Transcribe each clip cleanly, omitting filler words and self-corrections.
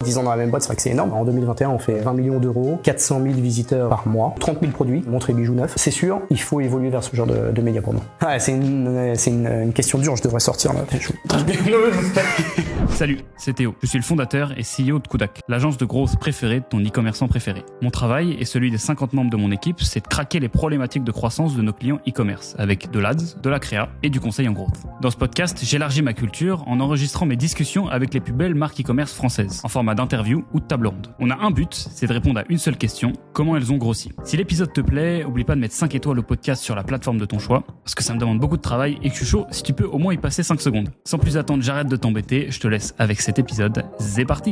10 ans dans la même boîte, c'est vrai que c'est énorme. En 2021, on fait 20 millions d'euros, 400 000 visiteurs par mois, 30 000 produits, montres et bijoux neufs. C'est sûr, il faut évoluer vers ce genre de média pour nous. Ouais, c'est une question dure, je devrais sortir là. Salut, c'est Théo. Je suis le fondateur et CEO de Kudak, l'agence de growth préférée de ton e-commerçant préféré. Mon travail et celui des 50 membres de mon équipe, c'est de craquer les problématiques de croissance de nos clients e-commerce avec de l'ADS, de la créa et du conseil en growth. Dans ce podcast, j'élargis ma culture en enregistrant mes discussions avec les plus belles marques e-commerce françaises, en format d'interview ou de table ronde. On a un but, c'est de répondre à une seule question, comment elles ont grossi. Si l'épisode te plaît, oublie pas de mettre 5 étoiles au podcast sur la plateforme de ton choix, parce que ça me demande beaucoup de travail et que je suis chaud si tu peux au moins y passer 5 secondes. Sans plus attendre, j'arrête de t'embêter, je te laisse avec cet épisode. C'est parti.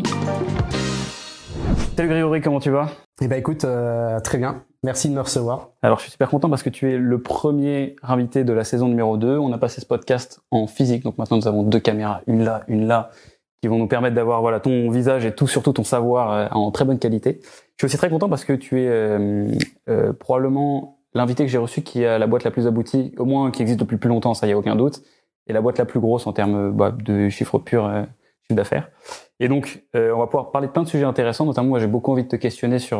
Salut Grégory, comment tu vas ? Eh ben écoute, très bien. Merci de me recevoir. Alors je suis super content parce que tu es le premier invité de la saison numéro 2. On a passé ce podcast en physique, donc maintenant nous avons 2 caméras, une là, qui vont nous permettre d'avoir ton visage et surtout ton savoir en très bonne qualité. Je suis aussi très content parce que tu es probablement l'invité que j'ai reçu qui a la boîte la plus aboutie, au moins qui existe depuis le plus longtemps, ça y a aucun doute, et la boîte la plus grosse en termes de chiffre pur, chiffre d'affaires. Et donc on va pouvoir parler de plein de sujets intéressants, notamment moi j'ai beaucoup envie de te questionner sur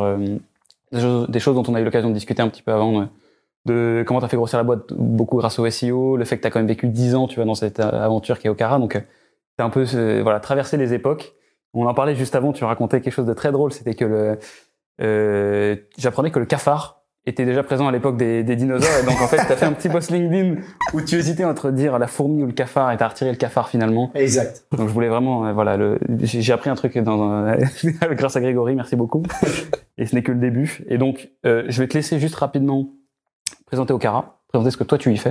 des choses dont on a eu l'occasion de discuter un petit peu avant, de comment t'as fait grossir la boîte beaucoup grâce au SEO, le fait que t'as quand même vécu 10 ans, tu vois, dans cette aventure qui est Okara, donc t'as un peu traversé les époques. On en parlait juste avant, tu racontais quelque chose de très drôle, c'était que j'apprenais que le cafard était déjà présent à l'époque des dinosaures, et donc en fait t'as fait un petit post LinkedIn où tu hésitais entre dire la fourmi ou le cafard, et t'as retiré le cafard finalement. Exact. Donc je voulais vraiment, j'ai appris un truc grâce à Grégory, merci beaucoup. Et ce n'est que le début. Et donc je vais te laisser juste rapidement présenter Okara, présenter ce que toi tu y fais,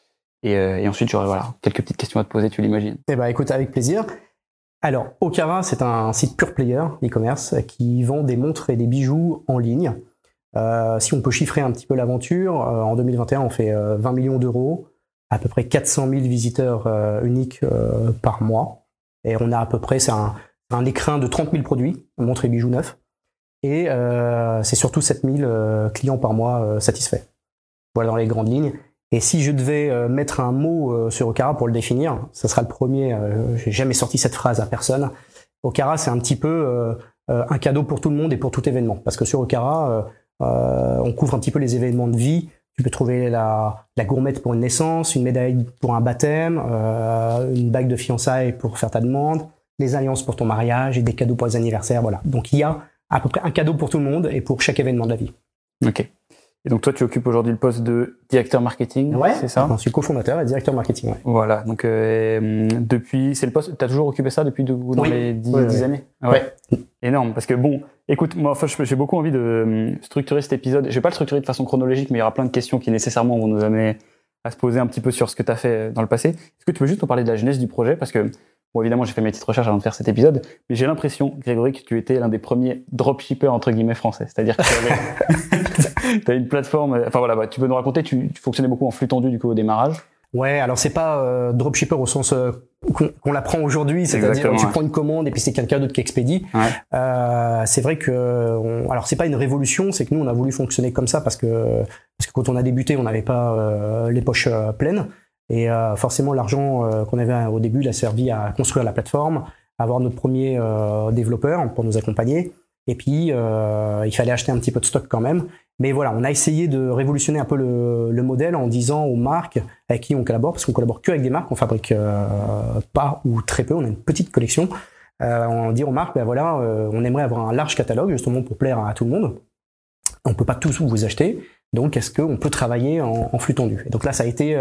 et ensuite j'aurai quelques petites questions à te poser, tu l'imagines. Eh ben écoute, avec plaisir. Alors Okara, c'est un site pure player e-commerce qui vend des montres et des bijoux en ligne. Si on peut chiffrer un petit peu l'aventure, en 2021, on fait 20 millions d'euros, à peu près 400 000 visiteurs uniques par mois. Et on a à peu près, c'est un écrin de 30 000 produits, montres et bijoux neufs. Et c'est surtout 7 000 clients par mois satisfaits. Voilà dans les grandes lignes. Et si je devais mettre un mot sur Okara pour le définir, ça sera le premier. J'ai jamais sorti cette phrase à personne. Okara, c'est un petit peu un cadeau pour tout le monde et pour tout événement. Parce que sur Okara, on couvre un petit peu les événements de vie. Tu peux trouver la gourmette pour une naissance, une médaille pour un baptême, une bague de fiançailles pour faire ta demande, les alliances pour ton mariage et des cadeaux pour les anniversaires. Voilà. Donc il y a à peu près un cadeau pour tout le monde et pour chaque événement de la vie. Ok. Et donc toi tu occupes aujourd'hui le poste de directeur marketing, ouais, c'est ça ? Je suis cofondateur et directeur marketing. Ouais. Voilà. Donc depuis, c'est le poste. T'as toujours occupé ça depuis dans les 10 années. Ouais. Énorme. Parce que bon, écoute, moi, j'ai beaucoup envie de structurer cet épisode. Je vais pas le structurer de façon chronologique, mais il y aura plein de questions qui nécessairement vont nous amener à se poser un petit peu sur ce que t'as fait dans le passé. Est-ce que tu peux juste nous parler de la genèse du projet ? Parce que bon, évidemment, j'ai fait mes petites recherches avant de faire cet épisode, mais j'ai l'impression, Grégory, que tu étais l'un des premiers dropshippers entre guillemets français. C'est-à-dire que t'as une plateforme. Enfin voilà, tu peux nous raconter. Tu fonctionnais beaucoup en flux tendu du coup au démarrage. Ouais, alors c'est pas dropshipper au sens qu'on l'apprend aujourd'hui, c'est-à-dire tu prends une commande et puis c'est quelqu'un d'autre qui expédie. Ouais. C'est vrai que alors c'est pas une révolution, c'est que nous on a voulu fonctionner comme ça parce que quand on a débuté, on n'avait pas les poches pleines et forcément l'argent qu'on avait au début, il a servi à construire la plateforme, à avoir notre premier développeur pour nous accompagner. Et puis, il fallait acheter un petit peu de stock quand même. Mais voilà, on a essayé de révolutionner un peu le modèle en disant aux marques avec qui on collabore, parce qu'on collabore que avec des marques, on fabrique pas ou très peu, on a une petite collection. On dit aux marques, on aimerait avoir un large catalogue justement pour plaire à tout le monde. On peut pas tous vous acheter, donc est-ce qu'on peut travailler en flux tendu ? Et donc là, ça a été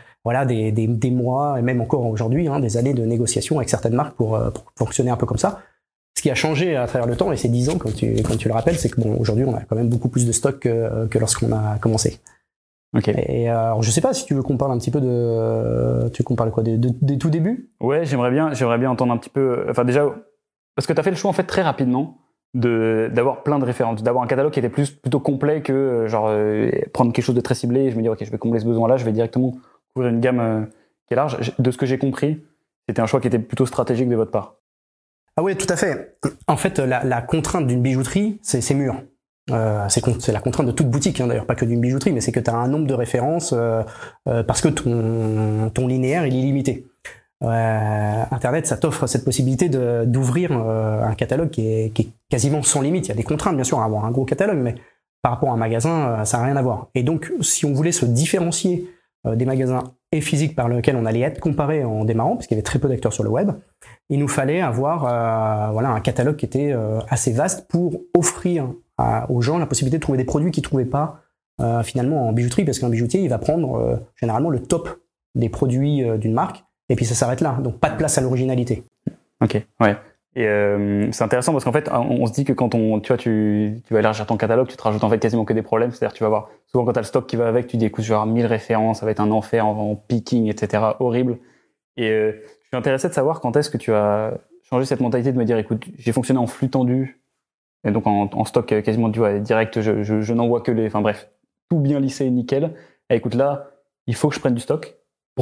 des mois et même encore aujourd'hui, des années de négociations avec certaines marques pour fonctionner un peu comme ça. Ce qui a changé à travers le temps, et c'est 10 ans, comme tu le rappelles, c'est que bon, aujourd'hui, on a quand même beaucoup plus de stock que lorsqu'on a commencé. Ok. Et alors, je sais pas si tu veux qu'on parle un petit peu tu veux qu'on parle quoi, des tout débuts ? Ouais, j'aimerais bien entendre un petit peu, enfin déjà, parce que t'as fait le choix en fait très rapidement d'avoir plein de références, d'avoir un catalogue qui était plutôt complet que prendre quelque chose de très ciblé et je me dis ok, je vais combler ce besoin-là, je vais directement couvrir une gamme qui est large. De ce que j'ai compris, c'était un choix qui était plutôt stratégique de votre part. Ah oui, tout à fait. En fait, la contrainte d'une bijouterie, c'est mûr. C'est la contrainte de toute boutique, d'ailleurs, pas que d'une bijouterie, mais c'est que tu as un nombre de références parce que ton linéaire il est limité. Internet, ça t'offre cette possibilité d'ouvrir un catalogue qui est quasiment sans limite. Il y a des contraintes, bien sûr, à avoir un gros catalogue, mais par rapport à un magasin, ça n'a rien à voir. Et donc, si on voulait se différencier des magasins et physiques par lesquels on allait être comparé en démarrant, parce qu'il y avait très peu d'acteurs sur le web, il nous fallait avoir un catalogue qui était assez vaste pour offrir aux gens la possibilité de trouver des produits qu'ils ne trouvaient pas finalement en bijouterie, parce qu'un bijoutier, il va prendre généralement le top des produits d'une marque, et puis ça s'arrête là. Donc pas de place à l'originalité. Ok, ouais. Et c'est intéressant parce qu'en fait, on se dit que quand tu vas élargir ton catalogue, tu te rajoutes en fait quasiment que des problèmes. C'est-à-dire tu vas voir, souvent quand tu as le stock qui va avec, tu dis écoute, je vais avoir 1000 références, ça va être un enfer en picking, etc. Horrible. Et je suis intéressé de savoir quand est-ce que tu as changé cette mentalité de me dire écoute, j'ai fonctionné en flux tendu, et donc en stock quasiment direct, je n'envoie que enfin bref, tout bien lissé, nickel. Et écoute là, il faut que je prenne du stock. Pourquoi ?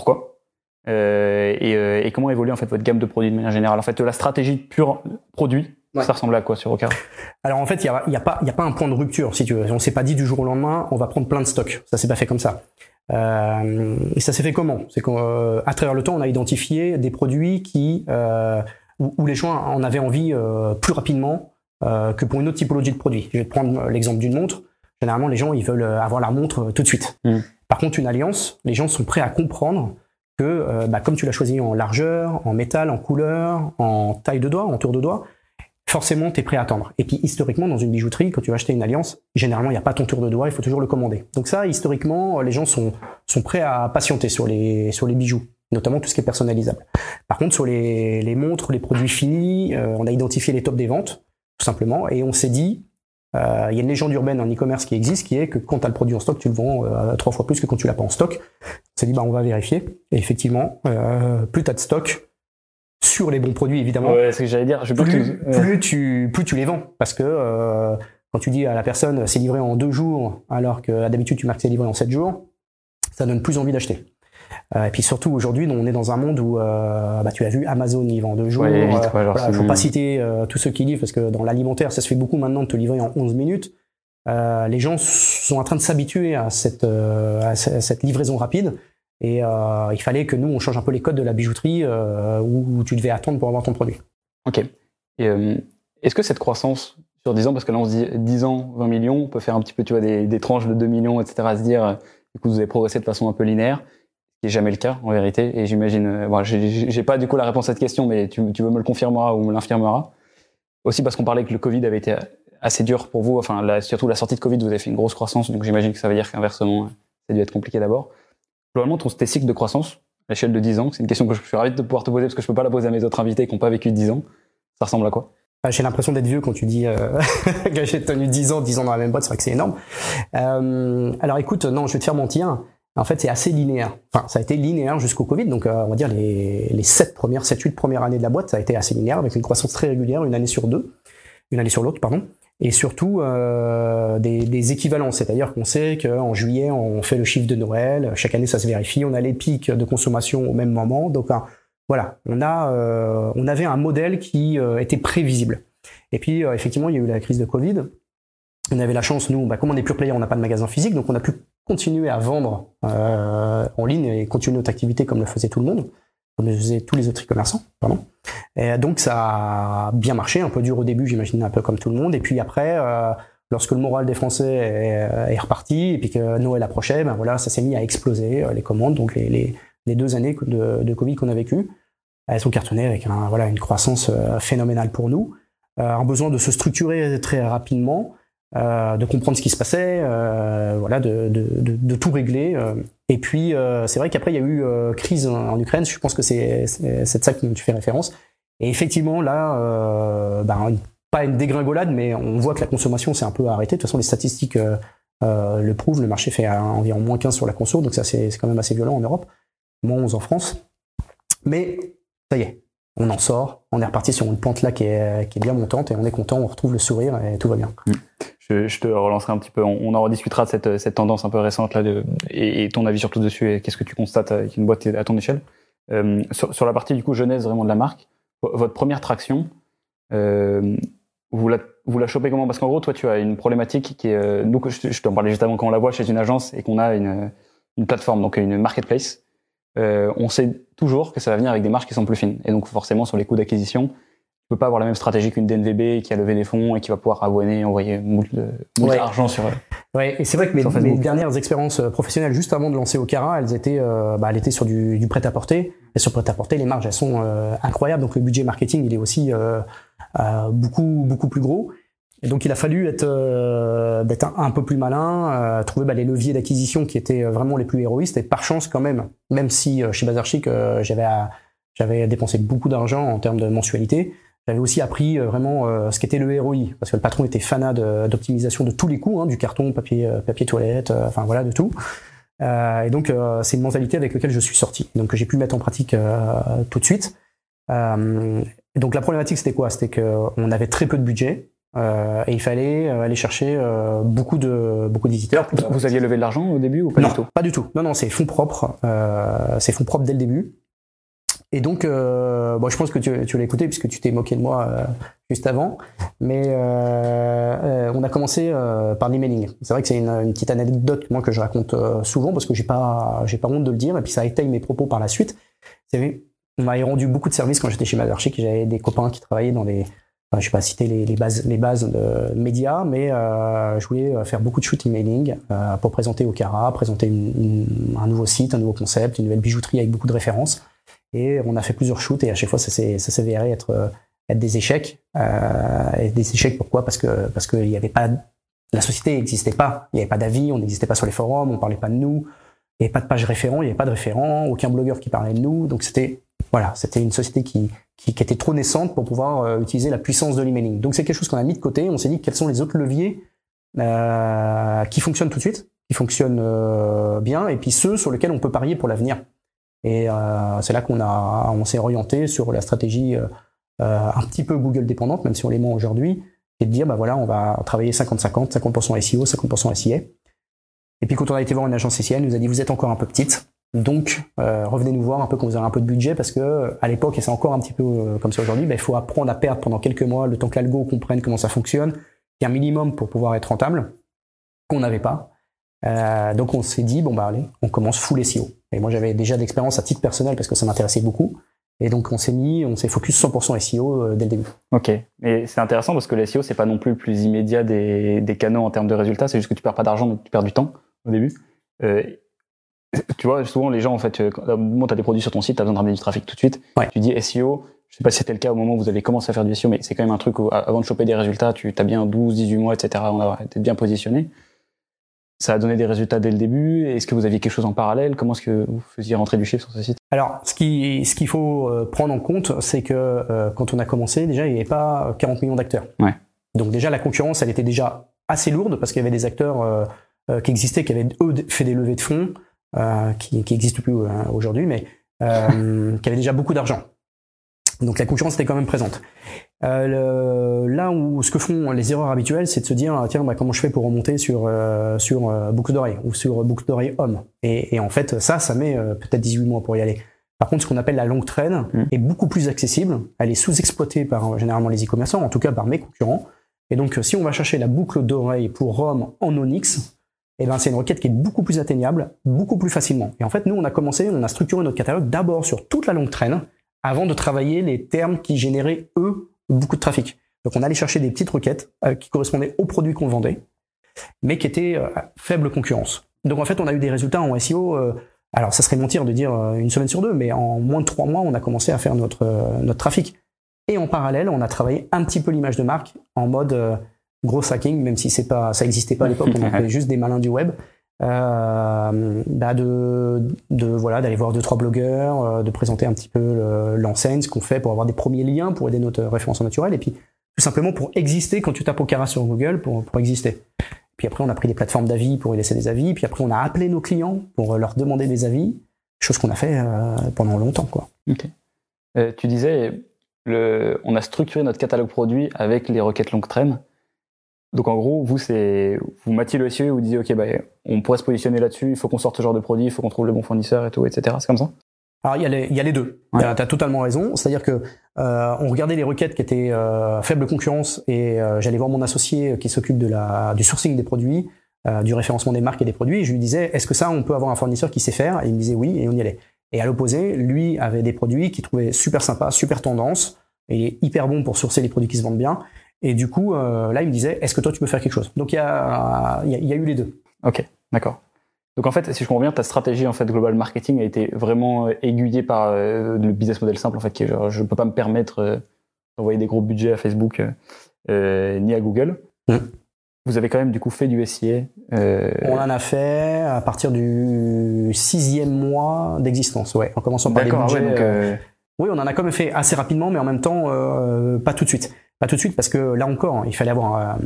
Et comment évolue en fait votre gamme de produits de manière générale? En fait, la stratégie pure produit, ça ressemble à quoi sur Rocard? Alors en fait, il y a pas un point de rupture, si tu veux. On s'est pas dit du jour au lendemain, on va prendre plein de stocks. Ça s'est pas fait comme ça. Et ça s'est fait comment? C'est qu'à travers le temps, on a identifié des produits où les gens en avaient envie plus rapidement que pour une autre typologie de produits. Je vais te prendre l'exemple d'une montre. Généralement, les gens ils veulent avoir la montre tout de suite. Par contre, une alliance, les gens sont prêts à comprendre que comme tu l'as choisi en largeur, en métal, en couleur, en taille de doigt, en tour de doigt, forcément tu es prêt à attendre. Et puis historiquement dans une bijouterie, quand tu vas acheter une alliance, généralement il n'y a pas ton tour de doigt, il faut toujours le commander. Donc ça, historiquement, les gens sont prêts à patienter sur les bijoux, notamment tout ce qui est personnalisable. Par contre, sur les montres, les produits finis, on a identifié les tops des ventes, tout simplement, et on s'est dit, il y a une légende urbaine en e-commerce qui existe, qui est que quand tu as le produit en stock, tu le vends 3 fois plus que quand tu l'as pas en stock. On s'est dit, on va vérifier. Et effectivement, plus tu as de stock sur les bons produits, évidemment, c'est ce que j'allais dire. Plus tu les vends. Parce que quand tu dis à la personne, c'est livré en 2 jours, alors que d'habitude, tu marques c'est livré en 7 jours, ça donne plus envie d'acheter. Et puis surtout aujourd'hui, on est dans un monde où tu as vu Amazon il vend en 2 jours. Faut pas citer tous ceux qui livrent parce que dans l'alimentaire, ça se fait beaucoup maintenant de te livrer en 11 minutes. Les gens sont en train de s'habituer à cette livraison rapide et il fallait que nous on change un peu les codes de la bijouterie où tu devais attendre pour avoir ton produit. Ok. Et est-ce que cette croissance sur 10 ans, parce que là on se dit 10 ans, 20 millions, on peut faire un petit peu des tranches de 2 millions, etc. à se dire écoute, vous avez progressé de façon un peu linéaire. Ce qui n'est jamais le cas en vérité, et j'imagine, j'ai pas du coup la réponse à cette question, mais tu me le confirmeras ou me l'infirmeras. Aussi parce qu'on parlait que le Covid avait été assez dur pour vous, enfin surtout la sortie de Covid, vous avez fait une grosse croissance, donc j'imagine que ça veut dire qu'inversement, ça a dû être compliqué d'abord. Globalement, tes cycles de croissance, à l'échelle de 10 ans, c'est une question que je suis ravi de pouvoir te poser parce que je peux pas la poser à mes autres invités qui n'ont pas vécu 10 ans. Ça ressemble à quoi? J'ai l'impression d'être vieux quand tu dis que j'ai tenu 10 ans dans la même boîte, c'est vrai que c'est énorme. Alors écoute, non, je vais te faire mentir. En fait, c'est assez linéaire. Enfin, ça a été linéaire jusqu'au Covid. Donc, on va dire les 7-8 premières années de la boîte, ça a été assez linéaire avec une croissance très régulière, une année sur l'autre, pardon. Et surtout, des équivalents. C'est-à-dire qu'on sait qu'en juillet, on fait le chiffre de Noël. Chaque année, ça se vérifie. On a les pics de consommation au même moment. Donc, voilà. On avait un modèle qui était prévisible. Et puis, effectivement, il y a eu la crise de Covid. On avait la chance, nous, comme on est pure player, on n'a pas de magasin physique, donc on a pu continuer à vendre en ligne et continuer notre activité comme le faisait tout le monde, comme le faisaient tous les autres e-commerçants, pardon. Et donc ça a bien marché, un peu dur au début, j'imagine, un peu comme tout le monde. Et puis après, lorsque le moral des Français est reparti et puis que Noël approchait, ça s'est mis à exploser les commandes. Donc les 2 années de Covid qu'on a vécues, elles ont cartonné avec une croissance phénoménale pour nous. Un besoin de se structurer très rapidement. De comprendre ce qui se passait, de tout régler. Et puis c'est vrai qu'après il y a eu crise en Ukraine. Je pense que c'est ça que tu fais référence. Et effectivement là, pas une dégringolade, mais on voit que la consommation s'est un peu arrêtée. De toute façon, les statistiques le prouvent. Le marché fait environ moins 15 sur la conso, donc ça c'est quand même assez violent en Europe. Moins 11 en France. Mais ça y est, on en sort. On est reparti sur une pente là qui est bien montante et on est content. On retrouve le sourire et tout va bien. Je te relancerai un petit peu. On en rediscutera de cette tendance un peu récente là et ton avis surtout dessus et qu'est-ce que tu constates avec une boîte à ton échelle. Sur la partie du coup jeunesse vraiment de la marque, votre première traction, vous la chopez comment? Parce qu'en gros, toi, tu as une problématique qui est nous, je t'en parlais juste avant, quand on la voit chez une agence et qu'on a une plateforme, donc une marketplace. on sait toujours que ça va venir avec des marges qui sont plus fines. Et donc forcément sur les coûts d'acquisition, tu peux pas avoir la même stratégie qu'une DNVB qui a levé des fonds et qui va pouvoir envoyer moult d'argent sur. Ouais, et c'est vrai que mes dernières expériences professionnelles juste avant de lancer Okara, elles étaient sur du prêt-à-porter. Et sur prêt-à-porter, les marges elles sont incroyables. Donc le budget marketing il est aussi beaucoup plus gros. Et donc il a fallu d'être un peu plus malin, trouver les leviers d'acquisition qui étaient vraiment les plus héroïstes. Et par chance quand même si chez Bazar Chic j'avais dépensé beaucoup d'argent en termes de mensualité, j'avais aussi appris vraiment ce qu'était le ROI, parce que le patron était fanat d'optimisation de tous les coûts, du carton, papier toilette, de tout. Et donc c'est une mentalité avec laquelle je suis sorti, donc que j'ai pu mettre en pratique tout de suite. Et donc la problématique c'était quoi? C'était que on avait très peu de budget. Et il fallait aller chercher beaucoup de visiteurs. Vous aviez levé de l'argent au début ou pas du tout? Pas du tout. Non, c'est fonds propres. C'est fonds propres dès le début. Et donc, je pense que tu l'as écouté puisque tu t'es moqué de moi juste avant. Mais on a commencé par l'emailing. C'est vrai que c'est une petite anecdote moi que je raconte souvent parce que j'ai pas honte de le dire. Et puis ça étaye mes propos par la suite. On m'avait rendu beaucoup de services quand j'étais chez Bazar Chic. J'avais des copains qui travaillaient dans les je vais pas citer les bases de médias, mais je voulais faire beaucoup de shoot emailing pour présenter Okara, présenter un nouveau site, un nouveau concept, une nouvelle bijouterie avec beaucoup de références. Et on a fait plusieurs shoots et à chaque fois ça s'est avéré être des échecs. Et des échecs pourquoi? Parce que il y avait pas, la société n'existait pas, il y avait pas d'avis, on n'existait pas sur les forums, on parlait pas de nous, il y avait pas de page référent, il y avait pas de référent, aucun blogueur qui parlait de nous, donc c'était une société qui était trop naissante pour pouvoir utiliser la puissance de l'emailing. Donc c'est quelque chose qu'on a mis de côté. On s'est dit quels sont les autres leviers qui fonctionnent tout de suite, qui fonctionnent bien, et puis ceux sur lesquels on peut parier pour l'avenir. Et c'est là on s'est orienté sur la stratégie un petit peu Google dépendante, même si on les ment aujourd'hui, et de dire on va travailler 50-50, 50% SEO, 50% SIA. Et puis quand on a été voir une agence SIA, elle nous a dit vous êtes encore un peu petite. Donc, revenez nous voir un peu quand vous aurez un peu de budget, parce que à l'époque, et c'est encore un petit peu comme ça aujourd'hui, il faut apprendre à perdre pendant quelques mois, le temps que l'algo comprenne comment ça fonctionne. Il y a un minimum pour pouvoir être rentable, qu'on n'avait pas. Donc on s'est dit, allez, on commence full SEO. Et moi j'avais déjà d'expérience à titre personnel parce que ça m'intéressait beaucoup. Et donc on s'est focus 100% SEO dès le début. Ok, mais c'est intéressant parce que le SEO c'est pas non plus le plus immédiat des canaux en termes de résultats, c'est juste que tu perds pas d'argent, mais tu perds du temps au début. Tu vois, souvent les gens en fait, quand tu as des produits sur ton site, tu as besoin de ramener du trafic tout de suite. Ouais. Tu dis SEO, je sais pas si c'était le cas au moment où vous avez commencé à faire du SEO, mais c'est quand même un truc où avant de choper des résultats, tu as bien 12, 18 mois, etc. On a été bien positionné. Ça a donné des résultats dès le début. Est-ce que vous aviez quelque chose en parallèle? Comment est-ce que vous faisiez rentrer du chiffre sur ce site? Alors, ce qu'il faut prendre en compte, c'est que quand on a commencé, déjà, il n'y avait pas 40 millions d'acteurs. Ouais. Donc déjà, la concurrence, elle était déjà assez lourde parce qu'il y avait des acteurs qui existaient, qui avaient eux fait des levées de fonds, qui n'existent plus aujourd'hui, mais qui avaient déjà beaucoup d'argent. Donc la concurrence était quand même présente. Là où ce que font les erreurs habituelles, c'est de se dire tiens comment je fais pour remonter sur boucle d'oreille ou sur boucle d'oreille homme. Et en fait ça met peut-être 18 mois pour y aller. Par contre, ce qu'on appelle la longue traîne est beaucoup plus accessible. Elle est sous-exploitée par généralement les e-commerçants, en tout cas par mes concurrents. Et donc si on va chercher la boucle d'oreille pour homme en Onyx, c'est une requête qui est beaucoup plus atteignable, beaucoup plus facilement. Et en fait, nous on a structuré notre catalogue d'abord sur toute la longue traîne, avant de travailler les termes qui généraient, eux, beaucoup de trafic. Donc on allait chercher des petites requêtes qui correspondaient aux produits qu'on vendait, mais qui étaient à faible concurrence. Donc en fait, on a eu des résultats en SEO, alors ça serait mentir de dire une semaine sur deux, mais en moins de 3 mois, on a commencé à faire notre trafic. Et en parallèle, on a travaillé un petit peu l'image de marque en mode gros hacking, même si ça existait pas à l'époque, on était juste des malins du web. D'aller voir 2-3 blogueurs, de présenter un petit peu l'enseigne, ce qu'on fait pour avoir des premiers liens pour aider notre référencement naturel, et puis tout simplement pour exister quand tu tapes Okara sur Google pour exister. Puis après on a pris des plateformes d'avis pour y laisser des avis, puis après on a appelé nos clients pour leur demander des avis, chose qu'on a fait pendant longtemps quoi. Okay. Tu disais on a structuré notre catalogue produit avec les requêtes longue traîne. Donc en gros, vous matiez le SEO et vous disiez ok, on pourrait se positionner là-dessus, il faut qu'on sorte ce genre de produit, il faut qu'on trouve le bon fournisseur et tout, etc. C'est comme ça? Alors il y a les deux. Ouais. T'as totalement raison. C'est-à-dire que on regardait les requêtes qui étaient faible concurrence et j'allais voir mon associé qui s'occupe du sourcing des produits, du référencement des marques et des produits. Et je lui disais est-ce que ça on peut avoir un fournisseur qui sait faire? Et il me disait oui et on y allait. Et à l'opposé, lui avait des produits qu'il trouvait super sympas, super tendance, et hyper bon pour sourcer les produits qui se vendent bien. Et du coup, là, il me disait, est-ce que toi, tu peux faire quelque chose? Donc, il y a eu les deux. Ok, d'accord. Donc, en fait, si je comprends bien, ta stratégie, en fait, global marketing a été vraiment aiguillée par le business model simple, en fait, qui est genre, je peux pas me permettre d'envoyer des gros budgets à Facebook ni à Google. Vous avez quand même, du coup, fait du SIA. On en a fait à partir du 6e mois d'existence, ouais, en commençant par les budgets. Ouais, donc, oui, on en a quand même fait assez rapidement, mais en même temps, pas tout de suite. Pas tout de suite parce que là encore, il fallait avoir...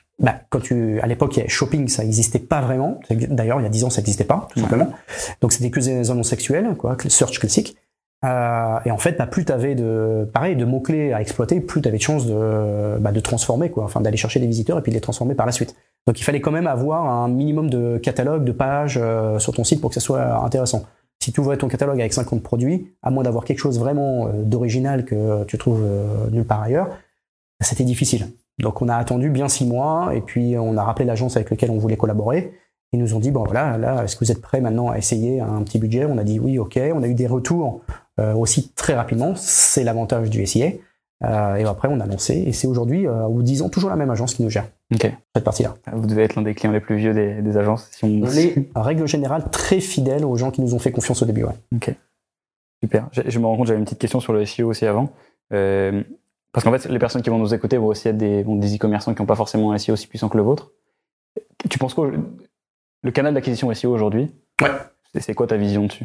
à l'époque, shopping, ça n'existait pas vraiment. D'ailleurs, il y a 10 ans, ça n'existait pas, tout simplement. Donc, c'était que des annonces sexuelles, quoi, search classique. Et en fait, plus t'avais de mots-clés à exploiter, plus t'avais de chances de transformer, quoi. Enfin, d'aller chercher des visiteurs et puis de les transformer par la suite. Donc, il fallait quand même avoir un minimum de catalogue, de pages sur ton site pour que ça soit intéressant. Si tu ouvrais ton catalogue avec 50 produits, à moins d'avoir quelque chose vraiment d'original que tu trouves nulle part ailleurs, c'était difficile. Donc on a attendu bien 6 mois et puis on a rappelé l'agence avec laquelle on voulait collaborer. Ils nous ont dit bon voilà, là est-ce que vous êtes prêts maintenant à essayer un petit budget? On a dit oui, ok. On a eu des retours aussi très rapidement. C'est l'avantage du SIA. Et après on a lancé et c'est aujourd'hui ou 10 ans toujours la même agence qui nous gère. Ok. Cette partie-là. Vous devez être l'un des clients les plus vieux des agences. On est en règle générale très fidèles aux gens qui nous ont fait confiance au début. Ouais. Ok. Super. Je me rends compte, j'avais une petite question sur le SEO aussi avant. Parce qu'en fait, les personnes qui vont nous écouter vont aussi être des e-commerçants qui n'ont pas forcément un SEO aussi puissant que le vôtre. Tu penses quoi le canal d'acquisition SEO aujourd'hui? Ouais. C'est quoi ta vision dessus?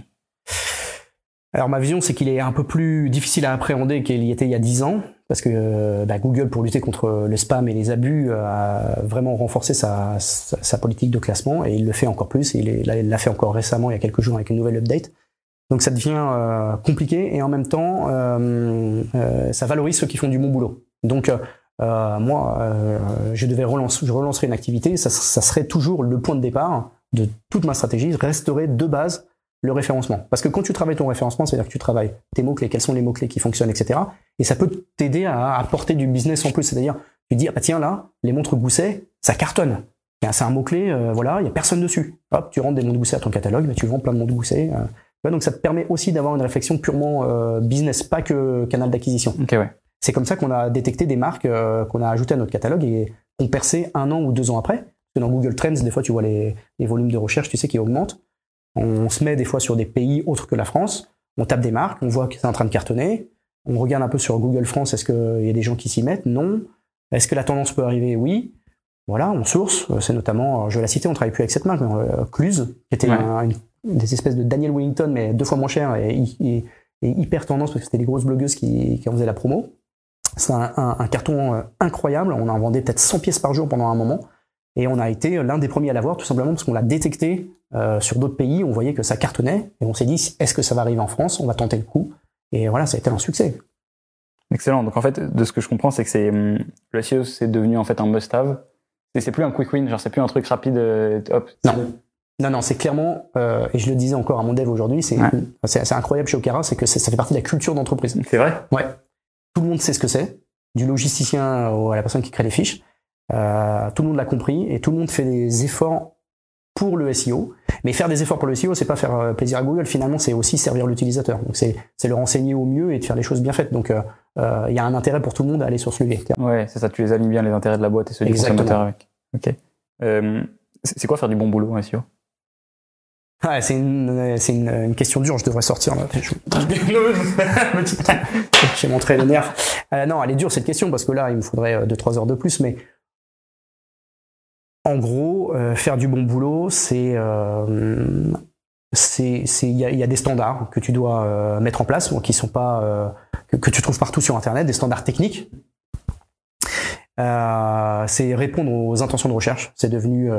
Alors ma vision, c'est qu'il est un peu plus difficile à appréhender qu'il y était il y a 10 ans, parce que Google, pour lutter contre le spam et les abus, a vraiment renforcé sa politique de classement, et il le fait encore plus, et il l'a fait encore récemment, il y a quelques jours, avec une nouvelle update. Donc ça devient compliqué, et en même temps, ça valorise ceux qui font du bon boulot. Donc moi, je relancerai une activité, ça serait toujours le point de départ de toute ma stratégie, resterait de base le référencement. Parce que quand tu travailles ton référencement, c'est-à-dire que tu travailles tes mots-clés, quels sont les mots-clés qui fonctionnent, etc. Et ça peut t'aider à apporter du business en plus. C'est-à-dire, tu te dis, tiens là, les montres Gousset, ça cartonne. C'est un mot-clé, voilà, il n'y a personne dessus. Hop, tu rentres des montres Gousset à ton catalogue, tu vends plein de montres Gousset. Donc ça te permet aussi d'avoir une réflexion purement business, pas que canal d'acquisition. Okay, ouais. C'est comme ça qu'on a détecté des marques qu'on a ajoutées à notre catalogue et qu'on perçait 1 an ou 2 ans après. Parce que dans Google Trends, des fois, tu vois les volumes de recherche, tu sais, qui augmentent. On se met des fois sur des pays autres que la France, on tape des marques, on voit que c'est en train de cartonner, on regarde un peu sur Google France, est-ce qu'il y a des gens qui s'y mettent? Non. Est-ce que la tendance peut arriver? Oui. Voilà, on source, c'est notamment, je vais la citer, on travaille plus avec cette marque, mais Cluse, qui était des espèces de Daniel Wellington, mais 2 fois moins cher et hyper tendance, parce que c'était des grosses blogueuses qui en faisaient la promo. C'est un carton incroyable, on en vendait peut-être 100 pièces par jour pendant un moment, et on a été l'un des premiers à l'avoir, tout simplement parce qu'on l'a détecté sur d'autres pays, on voyait que ça cartonnait, et on s'est dit, est-ce que ça va arriver en France? On va tenter le coup, et voilà, ça a été un succès. Excellent. Donc en fait, de ce que je comprends, c'est que le SEO, c'est devenu en fait un must-have. C'est plus un quick win, genre c'est plus un truc rapide, hop. Non, c'est clairement, et je le disais encore à mon dev aujourd'hui, c'est incroyable chez Okara, c'est que ça fait partie de la culture d'entreprise. C'est vrai? Ouais. Tout le monde sait ce que c'est, du logisticien à la personne qui crée les fiches. Tout le monde l'a compris et tout le monde fait des efforts pour le SEO. Mais faire des efforts pour le SEO, c'est pas faire plaisir à Google. Finalement, c'est aussi servir l'utilisateur. Donc c'est le renseigner au mieux et de faire les choses bien faites. Donc il y a un intérêt pour tout le monde à aller sur ce levier. Ouais, c'est ça. Tu les alignes bien les intérêts de la boîte et ceux du consommateur avec. Ok. C'est quoi faire du bon boulot en SEO? Ouais, c'est une question dure, je devrais sortir là. J'ai montré le nerf. Non, elle est dure cette question parce que là, il me faudrait 2-3 heures de plus, mais en gros, faire du bon boulot, il y a des standards que tu dois mettre en place, qui sont pas que tu trouves partout sur Internet, des standards techniques. C'est répondre aux intentions de recherche. C'est devenu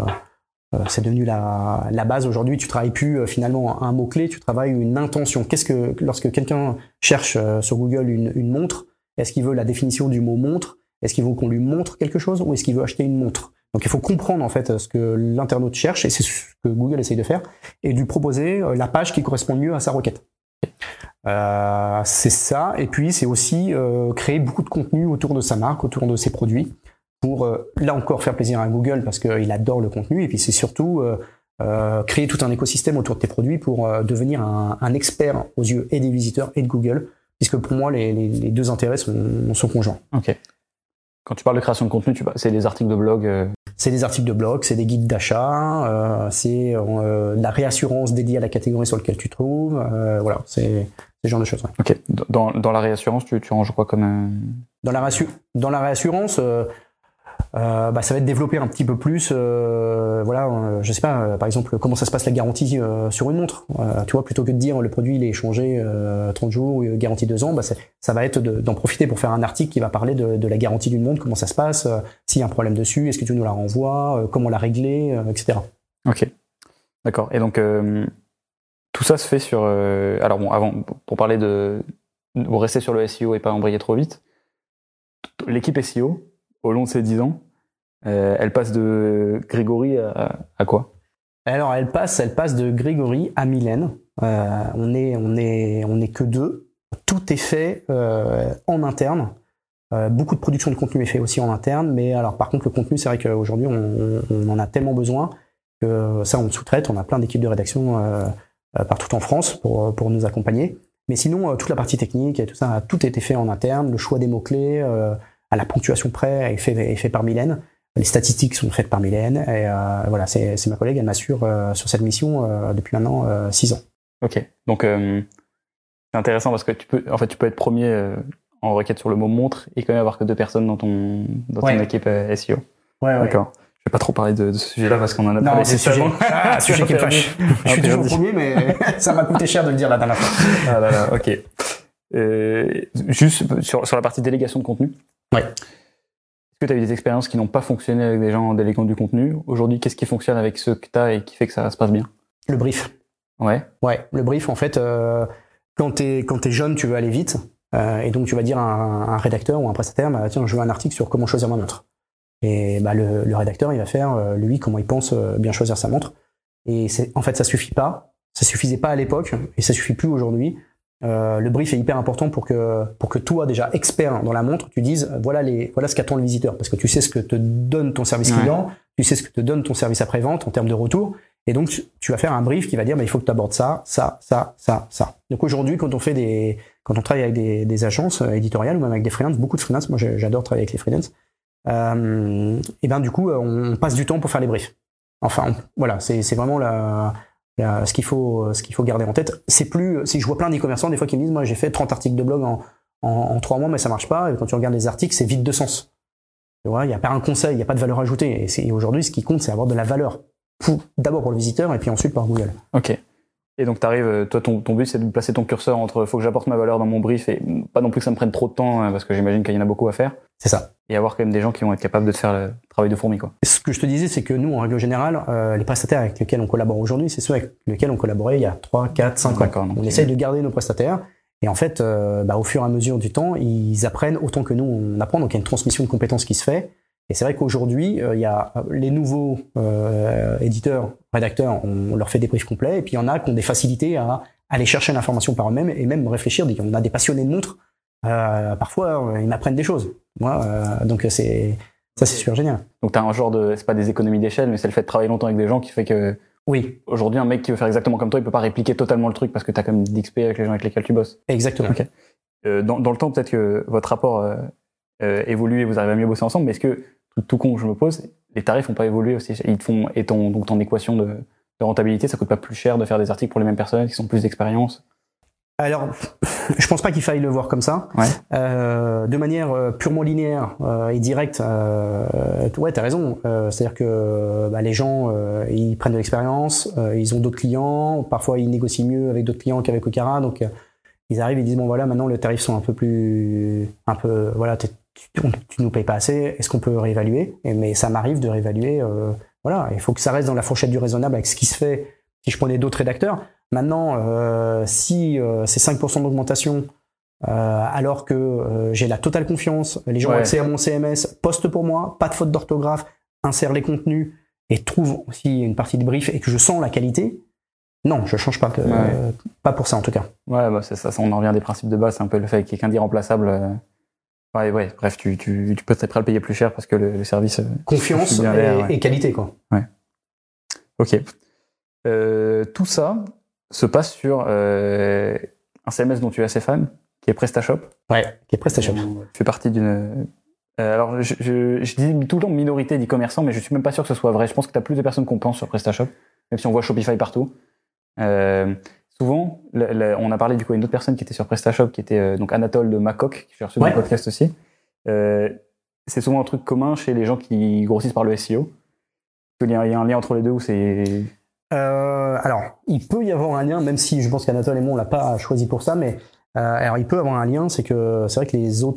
la base aujourd'hui. Tu travailles plus finalement un mot-clé, tu travailles une intention. Lorsque quelqu'un cherche sur Google une montre, est-ce qu'il veut la définition du mot montre? Est-ce qu'il veut qu'on lui montre quelque chose ou est-ce qu'il veut acheter une montre? Donc il faut comprendre en fait ce que l'internaute cherche et c'est ce que Google essaye de faire et de lui proposer la page qui correspond mieux à sa requête. C'est ça, et puis c'est aussi créer beaucoup de contenu autour de sa marque, autour de ses produits, pour là encore faire plaisir à Google parce qu'il adore le contenu, et puis c'est surtout créer tout un écosystème autour de tes produits pour devenir un expert aux yeux et des visiteurs et de Google, puisque pour moi les deux intérêts sont conjoints. Ok. Quand tu parles de création de contenu, c'est des articles de blog. C'est des articles de blog, c'est des guides d'achat, c'est la réassurance dédiée à la catégorie sur laquelle tu te trouves. Voilà, c'est ce genre de choses. Ouais. Ok. Dans la réassurance, tu ranges quoi comme Dans la réassurance, ça va être développer un petit peu plus. Je sais pas, par exemple, comment ça se passe la garantie sur une montre. Tu vois, plutôt que de dire le produit il est échangé 30 jours ou garantie 2 ans, ça va être d'en profiter pour faire un article qui va parler de la garantie d'une montre, comment ça se passe, s'il y a un problème dessus, est-ce que tu nous la renvoies, comment la régler, etc. Ok, d'accord. Et donc tout ça se fait sur. Alors bon, avant, pour parler pour rester sur le SEO et pas embrayer trop vite, l'équipe SEO au long de ces 10 ans, elle passe de Grégory à quoi? Alors elle passe de Grégory à Mylène. On est que 2. Tout est fait en interne. Beaucoup de production de contenu est fait aussi en interne, mais alors par contre le contenu, c'est vrai qu'aujourd'hui on en a tellement besoin que ça on sous-traite. On a plein d'équipes de rédaction partout en France pour nous accompagner. Mais sinon toute la partie technique et tout ça, tout a été fait en interne. Le choix des mots-clés, à la ponctuation près est fait par Mylène. Les statistiques sont faites par Mylène. Et voilà, c'est ma collègue, elle m'assure sur cette mission depuis maintenant 6 ans. Ok, donc c'est intéressant parce que tu peux être premier en requête sur le mot montre et quand même avoir que 2 personnes dans ton équipe SEO. Ouais. D'accord. Je vais pas trop parler de ce sujet-là parce qu'on en a parlé. Non, c'est un sujet qui me fâche. Je suis toujours premier, mais ça m'a coûté cher de le dire la dernière fois. Ah là là, ok. Juste sur la partie délégation de contenu. Ouais. Est-ce que tu as eu des expériences qui n'ont pas fonctionné avec des gens en déléguant du contenu? Aujourd'hui, qu'est-ce qui fonctionne avec ceux que tu as et qui fait que ça se passe bien? Le brief. Ouais, le brief, en fait, quand t'es jeune, tu veux aller vite, et donc tu vas dire à un rédacteur ou un prestataire, tiens, je veux un article sur comment choisir ma montre. Et le rédacteur, il va faire, lui, comment il pense bien choisir sa montre. Et en fait, ça suffisait pas à l'époque, et ça suffit plus aujourd'hui. Le brief est hyper important pour que toi, déjà expert dans la montre, tu dises voilà ce qu'attend le visiteur, parce que tu sais ce que te donne ton service client, tu sais ce que te donne ton service après-vente en termes de retour, et donc tu vas faire un brief qui va dire il faut que tu abordes ça. Donc aujourd'hui, quand on travaille avec des agences éditoriales ou même avec des freelances, beaucoup de freelances, moi j'adore travailler avec les freelances, et ben du coup on passe du temps pour faire les briefs. Enfin voilà, c'est vraiment ce qu'il faut garder en tête. C'est plus, si je vois plein d'e-commerçants des fois qui me disent moi j'ai fait 30 articles de blog en 3 mois mais ça marche pas, et quand tu regardes les articles c'est vide de sens. Tu vois, il y a pas un conseil, il y a pas de valeur ajoutée, et aujourd'hui ce qui compte c'est avoir de la valeur d'abord pour le visiteur et puis ensuite par Google. Ok. Et donc t'arrives, toi ton but c'est de placer ton curseur entre faut que j'apporte ma valeur dans mon brief et pas non plus que ça me prenne trop de temps parce que j'imagine qu'il y en a beaucoup à faire. C'est ça. Et avoir quand même des gens qui vont être capables de te faire le travail de fourmi, quoi. Ce que je te disais, c'est que nous, en règle générale, les prestataires avec lesquels on collabore aujourd'hui, c'est ceux avec lesquels on collaborait il y a 3, 4, 5 ans. D'accord, on essaye de garder nos prestataires. Et en fait, au fur et à mesure du temps, ils apprennent autant que nous, on apprend. Donc il y a une transmission de compétences qui se fait. Et c'est vrai qu'aujourd'hui, il y a les nouveaux éditeurs, rédacteurs, on leur fait des briefs complets. Et puis il y en a qui ont des facilités à aller chercher l'information par eux-mêmes et même réfléchir. On a des passionnés de montres. Parfois, ils m'apprennent des choses. Donc c'est super génial. Donc t'as un genre c'est pas des économies d'échelle, mais c'est le fait de travailler longtemps avec des gens qui fait que oui. Aujourd'hui, un mec qui veut faire exactement comme toi, il peut pas répliquer totalement le truc parce que t'as quand même d'XP avec les gens avec lesquels tu bosses. Exactement. Okay. Dans le temps, peut-être que votre rapport évolue et vous arrivez à mieux bosser ensemble, mais est-ce que, tout con, je me pose, les tarifs n'ont pas évolué aussi? Ils te font, et ton équation de rentabilité, ça coûte pas plus cher de faire des articles pour les mêmes personnes qui ont plus d'expérience? Alors, je pense pas qu'il faille le voir comme ça. Ouais. De manière purement linéaire et directe, ouais, t'as raison. C'est-à-dire que les gens, ils prennent de l'expérience, ils ont d'autres clients, parfois ils négocient mieux avec d'autres clients qu'avec Okara, donc ils arrivent et disent bon voilà, maintenant les tarifs sont voilà, tu nous payes pas assez, est-ce qu'on peut réévaluer? Mais ça m'arrive de réévaluer. Voilà, il faut que ça reste dans la fourchette du raisonnable avec ce qui se fait. Si je prenais d'autres rédacteurs. Maintenant, si c'est 5% d'augmentation, alors que j'ai la totale confiance, les gens ont accès à mon CMS, postent pour moi, pas de faute d'orthographe, insèrent les contenus et trouvent aussi une partie de brief et que je sens la qualité, non, je change pas, pas pour ça en tout cas. Ouais, c'est ça, on en revient des principes de base, c'est un peu le fait qu'il y ait quelqu'un d'irremplaçable. Bref, tu peux être prêt à le payer plus cher parce que le service... Confiance et qualité, quoi. Ouais. Ok. Tout ça se passe sur un CMS dont tu es assez fan, qui est PrestaShop. Ouais, qui est PrestaShop. Tu fais partie d'une... alors, je dis tout le temps minorité d'e-commerçants, mais je suis même pas sûr que ce soit vrai. Je pense que tu as plus de personnes qu'on pense sur PrestaShop, même si on voit Shopify partout. Souvent, on a parlé du coup à une autre personne qui était sur PrestaShop, qui était donc Anatole de Macoq, qui j'ai reçu dans le podcast aussi. C'est souvent un truc commun chez les gens qui grossissent par le SEO. Il y a un lien entre les deux ou c'est... Alors, il peut y avoir un lien, même si je pense qu'Anatole et moi on l'a pas choisi pour ça, mais alors il peut y avoir un lien, c'est vrai que les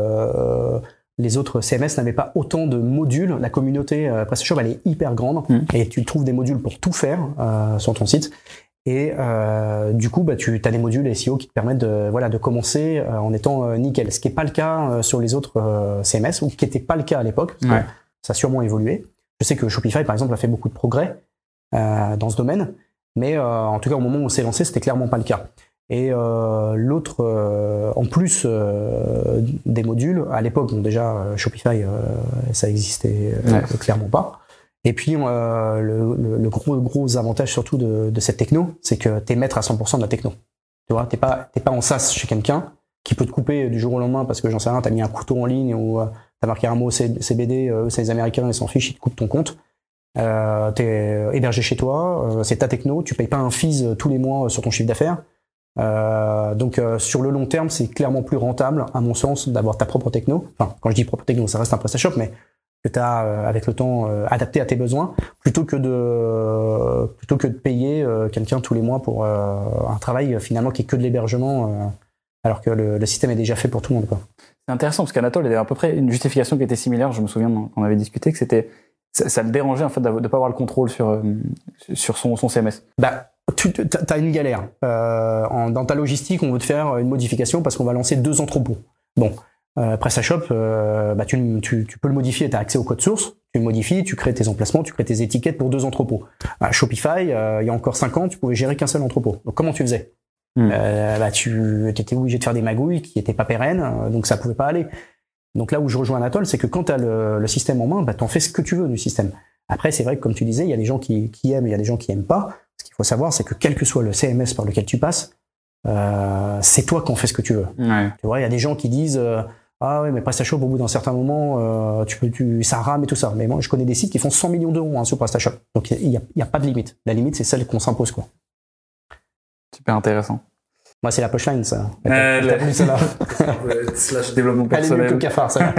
autres CMS n'avaient pas autant de modules. La communauté PrestaShop elle est hyper grande et tu trouves des modules pour tout faire sur ton site. Et du coup, tu as des modules SEO qui te permettent de commencer en étant nickel. Ce qui n'est pas le cas sur les autres CMS, ou qui n'était pas le cas à l'époque. Parce que ça a sûrement évolué. Je sais que Shopify, par exemple, a fait beaucoup de progrès dans ce domaine, mais en tout cas, au moment où on s'est lancé, c'était clairement pas le cas. Et l'autre, en plus des modules, à l'époque, déjà Shopify, ça existait clairement pas. Et puis le gros avantage surtout de cette techno, c'est que t'es maître à 100% de la techno. Tu vois, t'es pas en SaaS chez quelqu'un qui peut te couper du jour au lendemain parce que j'en sais rien, t'as mis un couteau en ligne ou t'as marqué un mot CBD, c'est les Américains, ils s'en fichent, ils te coupent ton compte. T'es hébergé chez toi, c'est ta techno, tu payes pas un fees tous les mois sur ton chiffre d'affaires. Donc sur le long terme, c'est clairement plus rentable, à mon sens, d'avoir ta propre techno. Enfin, quand je dis propre techno, ça reste un PrestaShop, mais que tu as avec le temps adapté à tes besoins, plutôt que de payer quelqu'un tous les mois pour un travail finalement qui est que de l'hébergement, alors que le système est déjà fait pour tout le monde, quoi. C'est intéressant parce qu'Anatole, il y avait à peu prêt une justification qui était similaire. Je me souviens qu'on avait discuté que ça le dérangeait en fait de pas avoir le contrôle sur son CMS. T'as une galère. Dans ta logistique, on veut te faire une modification parce qu'on va lancer 2 entrepôts. Bon, PrestaShop, tu peux le modifier, tu as accès au code source, tu le modifies, tu crées tes emplacements, tu crées tes étiquettes pour 2 entrepôts. Shopify, il y a encore 5 ans, tu pouvais gérer qu'un seul entrepôt. Donc comment tu faisais? Tu étais obligé de faire des magouilles qui étaient pas pérennes, donc ça pouvait pas aller. Donc là où je rejoins Anatole, c'est que quand tu as le système en main, t'en fais ce que tu veux du système. Après, c'est vrai que comme tu disais, il y a des gens qui aiment, il y a des gens qui aiment pas. Ce qu'il faut savoir, c'est que quel que soit le CMS par lequel tu passes, c'est toi qui en fais ce que tu veux. Ouais. Tu vois, il y a des gens qui disent ah ouais, mais PrestaShop, au bout d'un certain moment, ça rame et tout ça. Mais moi, je connais des sites qui font 100 millions d'euros sur PrestaShop. Donc il y a pas de limite. La limite, c'est celle qu'on s'impose, quoi. Super intéressant. Moi, c'est la punchline, ça. T'as voulu ça là. Slash développement personnel. Elle est mieux que le cafard, ça.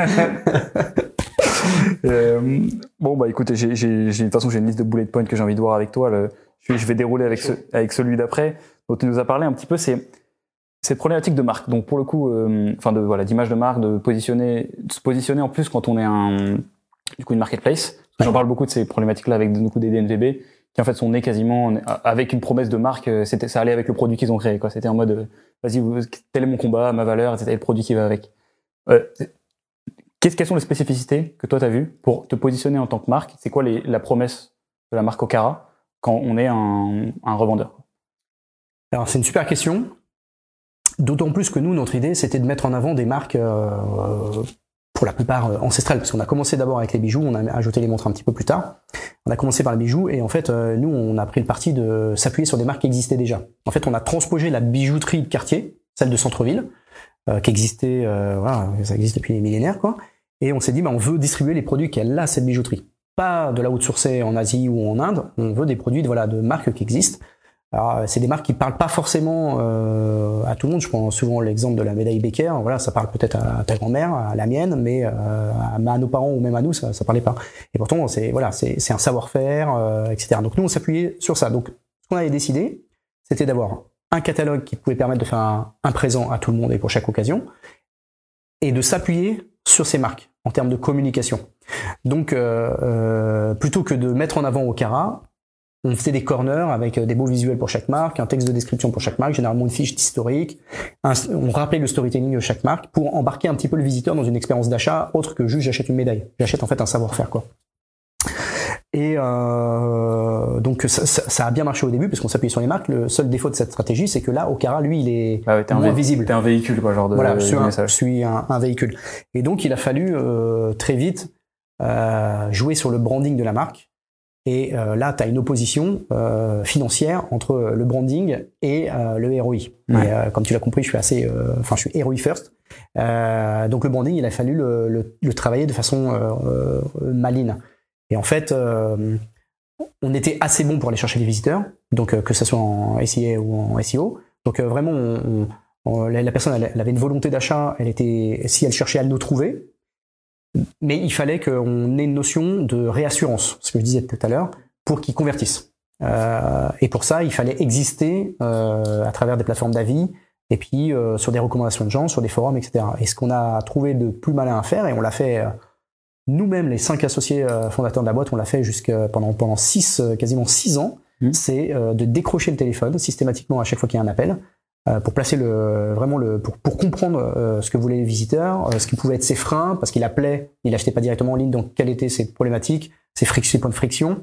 Bon, écoutez, de toute façon, j'ai une liste de bullet points que j'ai envie de voir avec toi. Je vais dérouler avec celui d'après. Donc, tu nous as parlé un petit peu, c'est cette problématique de marque. Donc, pour le coup, d'image de marque, de se positionner en plus quand on est une marketplace. J'en parle beaucoup de ces problématiques-là avec beaucoup des DNVB qui en fait sont nés quasiment avec une promesse de marque. Ça allait avec le produit qu'ils ont créé, quoi. C'était en mode, vas-y, tel est mon combat, ma valeur, etc. Et le produit qui va avec. Quelles sont les spécificités que toi t'as vues pour te positionner en tant que marque? C'est quoi la promesse de la marque Okara quand on est un revendeur? Alors c'est une super question. D'autant plus que nous, notre idée, c'était de mettre en avant des marques pour la plupart ancestrales, parce qu'on a commencé d'abord avec les bijoux, on a ajouté les montres un petit peu plus tard. On a commencé par les bijoux et en fait, nous, on a pris le parti de s'appuyer sur des marques qui existaient déjà. En fait, on a transposé la bijouterie de quartier, celle de centre-ville, qui existait, ça existe depuis des millénaires, quoi. Et on s'est dit, on veut distribuer les produits qu'elle a, cette bijouterie. Pas de la outsourcée en Asie ou en Inde, on veut des produits de marques qui existent. Alors, c'est des marques qui parlent pas forcément à tout le monde. Je prends souvent l'exemple de la médaille Becker. Voilà, ça parle peut-être à ta grand-mère, à la mienne, mais à nos parents ou même à nous, ça parlait pas. Et pourtant, c'est un savoir-faire, etc. Donc nous, on s'appuyait sur ça. Donc, ce qu'on avait décidé, c'était d'avoir un catalogue qui pouvait permettre de faire un présent à tout le monde et pour chaque occasion, et de s'appuyer sur ces marques en termes de communication. Donc, plutôt que de mettre en avant Okara, on faisait des corners avec des beaux visuels pour chaque marque, un texte de description pour chaque marque, généralement une fiche d'historique. On rappelait le storytelling de chaque marque pour embarquer un petit peu le visiteur dans une expérience d'achat autre que juste j'achète une médaille. J'achète en fait un savoir-faire, quoi. Et donc ça a bien marché au début parce qu'on s'appuyait sur les marques. Le seul défaut de cette stratégie, c'est que là, Okara, lui, il est moins visible. T'es un véhicule, quoi, genre de je suis un véhicule. Et donc, il a fallu très vite jouer sur le branding de la marque Et là, tu as une opposition financière entre le branding et le ROI. Ouais. Et, comme tu l'as compris, je suis ROI first. Donc le branding, il a fallu le travailler de façon maligne. Et en fait, on était assez bon pour aller chercher des visiteurs, donc que ce soit en SIA ou en SEO. Donc vraiment, la personne, elle avait une volonté d'achat. Si elle cherchait à nous trouver. Mais il fallait qu'on ait une notion de réassurance, ce que je disais tout à l'heure, pour qu'ils convertissent. Et pour ça, il fallait exister à travers des plateformes d'avis et puis sur des recommandations de gens, sur des forums, etc. Et ce qu'on a trouvé de plus malin à faire, et on l'a fait nous-mêmes, les 5 associés fondateurs de la boîte, on l'a fait pendant quasiment 6 ans, c'est de décrocher le téléphone systématiquement à chaque fois qu'il y a un appel, pour placer pour comprendre ce que voulaient les visiteurs, ce qui pouvait être ses freins, parce qu'il appelait, il achetait pas directement en ligne, donc quelles étaient ses problématiques, ses points de friction.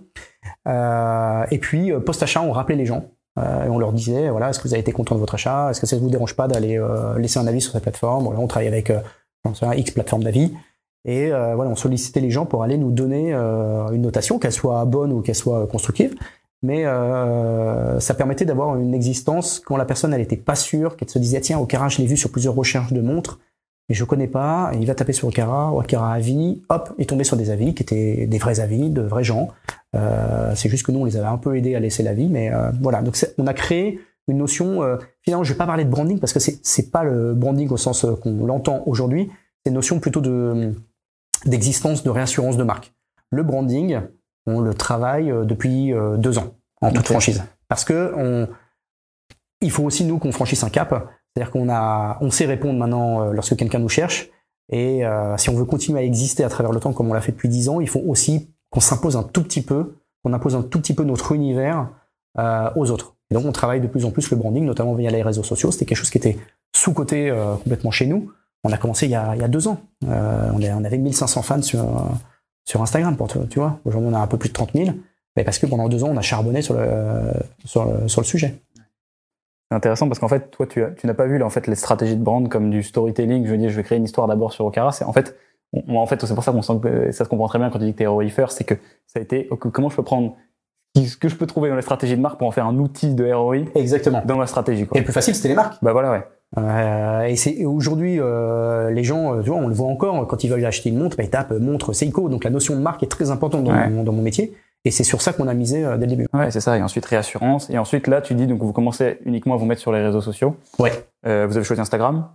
Et puis post-achat, on rappelait les gens et on leur disait voilà, est-ce que vous avez été content de votre achat, est-ce que ça ne vous dérange pas d'aller laisser un avis sur cette plateforme. Voilà, on travaille avec X plateforme d'avis et voilà, on sollicitait les gens pour aller nous donner une notation, qu'elle soit bonne ou qu'elle soit constructive. Mais ça permettait d'avoir une existence quand la personne elle était pas sûre, qu'elle se disait tiens, Okara, je l'ai vu sur plusieurs recherches de montres, mais je connais pas, et il va taper sur Okara avis, hop, et tomber sur des avis qui étaient des vrais avis, de vrais gens. C'est juste que nous on les avait un peu aidés à laisser l'avis, mais voilà. Donc on a créé une notion. Finalement, je vais pas parler de branding parce que c'est pas le branding au sens qu'on l'entend aujourd'hui. C'est une notion plutôt d'existence, de réassurance de marque. Le branding, on le travaille depuis 2 ans, en toute franchise. Parce que il faut aussi, nous, qu'on franchisse un cap. C'est-à-dire on sait répondre maintenant lorsque quelqu'un nous cherche. Et si on veut continuer à exister à travers le temps, comme on l'a fait depuis 10 ans, il faut aussi qu'on impose un tout petit peu notre univers aux autres. Et donc, on travaille de plus en plus le branding, notamment via les réseaux sociaux. C'était quelque chose qui était sous-coté complètement chez nous. On a commencé il y a 2 ans. On avait 1500 fans sur Instagram, tu vois. Aujourd'hui, on a un peu plus de 30 000, mais parce que pendant 2 ans, on a charbonné sur le sujet. C'est intéressant parce qu'en fait, toi, tu n'as pas vu là, en fait, les stratégies de brand comme du storytelling. Je veux dire, je vais créer une histoire d'abord sur Okara. C'est pour ça qu'on sent que ça se comprend très bien quand tu dis que t'es ROI first, c'est que ça a été comment je peux prendre ce que je peux trouver dans les stratégies de marque pour en faire un outil de ROI. Exactement. Dans ma stratégie, quoi. Et le plus facile, c'était les marques. Bah voilà, ouais. Et aujourd'hui, les gens, tu vois, on le voit encore, quand ils veulent acheter une montre, ils tapent montre Seiko. Donc la notion de marque est très importante dans mon métier. Et c'est sur ça qu'on a misé dès le début. Ouais, c'est ça. Et ensuite, réassurance. Et ensuite, là, tu dis, donc vous commencez uniquement à vous mettre sur les réseaux sociaux. Ouais. Vous avez choisi Instagram?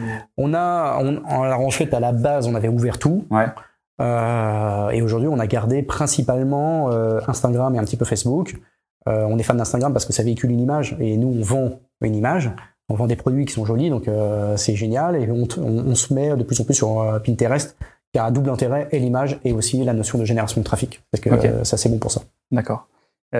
En fait, à la base, on avait ouvert tout. Ouais. Et aujourd'hui, on a gardé principalement Instagram et un petit peu Facebook. On est fan d'Instagram parce que ça véhicule une image. Et nous, on vend une image. On vend des produits qui sont jolis, donc c'est génial. Et on se met de plus en plus sur Pinterest, qui a un double intérêt, et l'image, et aussi la notion de génération de trafic. Parce que ça, c'est bon pour ça. D'accord.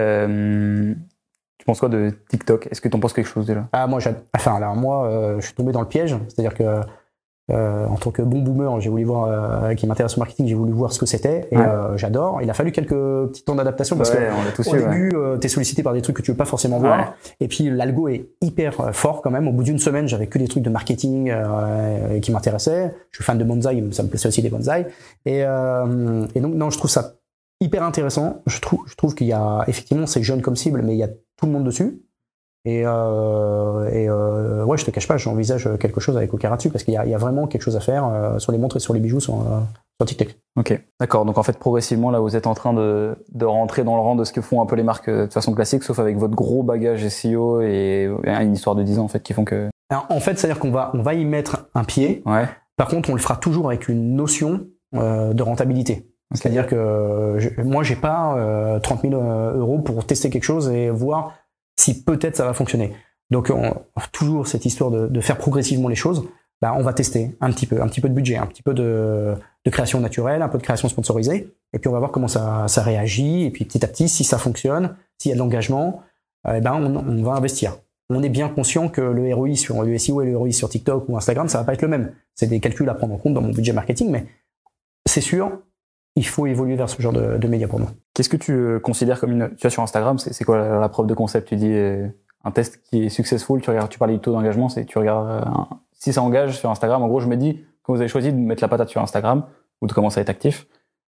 Tu penses quoi de TikTok? Est-ce que tu en penses quelque chose déjà? Moi, je suis tombé dans le piège. C'est-à-dire que en tant que bon boomer, j'ai voulu voir, qui m'intéresse au marketing, j'ai voulu voir ce que c'était, et j'adore. Il a fallu quelques petits temps d'adaptation parce que au début, t'es sollicité par des trucs que tu veux pas forcément voir, et puis l'algo est hyper fort quand même. Au bout d'une semaine, j'avais que des trucs de marketing qui m'intéressaient. Je suis fan de bonsaï, ça me plaisait aussi des bonsaïs, et donc non, je trouve ça hyper intéressant. Je trouve qu'il y a effectivement, c'est jeune comme cible, mais il y a tout le monde dessus. Et je te cache pas, j'envisage quelque chose avec Okara dessus parce qu'il y a vraiment quelque chose à faire sur les montres et sur les bijoux sur TikTok. Ok, d'accord. Donc en fait, progressivement, là, vous êtes en train de rentrer dans le rang de ce que font un peu les marques de façon classique, sauf avec votre gros bagage SEO et une histoire de 10 ans en fait qui font que. Alors, en fait, c'est-à-dire qu'on va y mettre un pied. Ouais. Par contre, on le fera toujours avec une notion de rentabilité. Okay. C'est-à-dire que moi, j'ai pas 30 000 euros pour tester quelque chose et voir si peut-être ça va fonctionner. Donc toujours cette histoire de faire progressivement les choses, on va tester un petit peu de budget, un petit peu de création naturelle, un peu de création sponsorisée, et puis on va voir comment ça réagit, et puis petit à petit, si ça fonctionne, s'il y a de l'engagement, on va investir. On est bien conscient que le ROI sur le SEO et le ROI sur TikTok ou Instagram, ça va pas être le même. C'est des calculs à prendre en compte dans mon budget marketing, mais c'est sûr, il faut évoluer vers ce genre de médias pour nous. Qu'est-ce que tu considères comme tu vois, sur Instagram, c'est quoi la preuve de concept? Tu dis un test qui est successful, tu parlais du taux d'engagement, tu regardes si ça engage sur Instagram. En gros, je me dis, quand vous avez choisi de mettre la patate sur Instagram ou de commencer à être actif,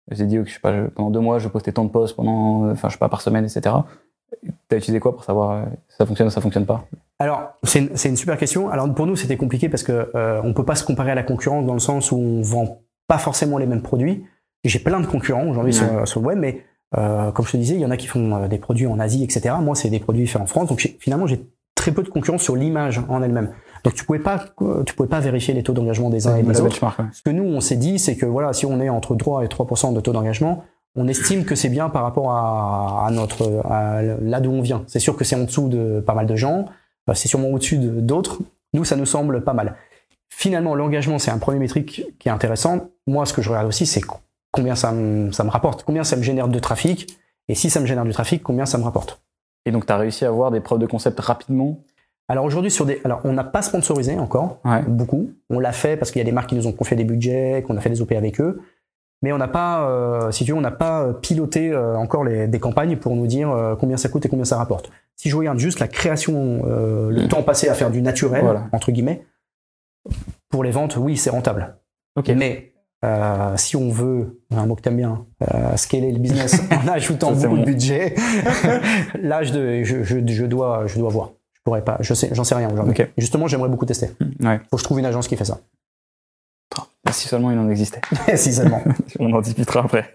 j'ai dit que je sais pas, pendant 2 mois je postais tant de posts pendant, enfin je sais pas, par semaine, etc. T'as utilisé quoi pour savoir si ça fonctionne ou ça fonctionne pas? Alors c'est une super question. Alors pour nous c'était compliqué parce que on peut pas se comparer à la concurrence dans le sens où on vend pas forcément les mêmes produits. J'ai plein de concurrents aujourd'hui sur le web, mais comme je te disais, il y en a qui font des produits en Asie, etc. Moi c'est des produits faits en France, donc finalement j'ai très peu de concurrence sur l'image en elle-même. Donc tu pouvais pas vérifier les taux d'engagement des uns et des autres. Ce que nous on s'est dit, c'est que voilà, si on est entre 3 et 3% de taux d'engagement, on estime que c'est bien par rapport à là d'où on vient. C'est sûr que c'est en dessous de pas mal de gens, c'est sûrement au-dessus d'autres. Nous ça nous semble pas mal. Finalement l'engagement c'est un premier métrique qui est intéressant. Moi ce que je regarde aussi c'est combien ça me rapporte, combien ça me génère de trafic, et si ça me génère du trafic, combien ça me rapporte. Et donc tu as réussi à avoir des preuves de concept rapidement? Alors aujourd'hui on n'a pas sponsorisé encore, beaucoup. On l'a fait parce qu'il y a des marques qui nous ont confié des budgets, qu'on a fait des OP avec eux, mais on n'a pas, si tu veux, on n'a pas piloté encore des campagnes pour nous dire combien ça coûte et combien ça rapporte. Si je regarde juste la création, le temps passé à faire du naturel, entre guillemets, pour les ventes, oui, c'est rentable. Okay. Mais si on veut, un mot que t'aimes bien, scaler le business en ajoutant beaucoup de budget, là je dois voir. Je pourrais pas, j'en sais rien aujourd'hui. Okay. Justement, j'aimerais beaucoup tester. Faut que je trouve une agence qui fait ça. Si seulement il en existait. Si seulement. On en discutera après.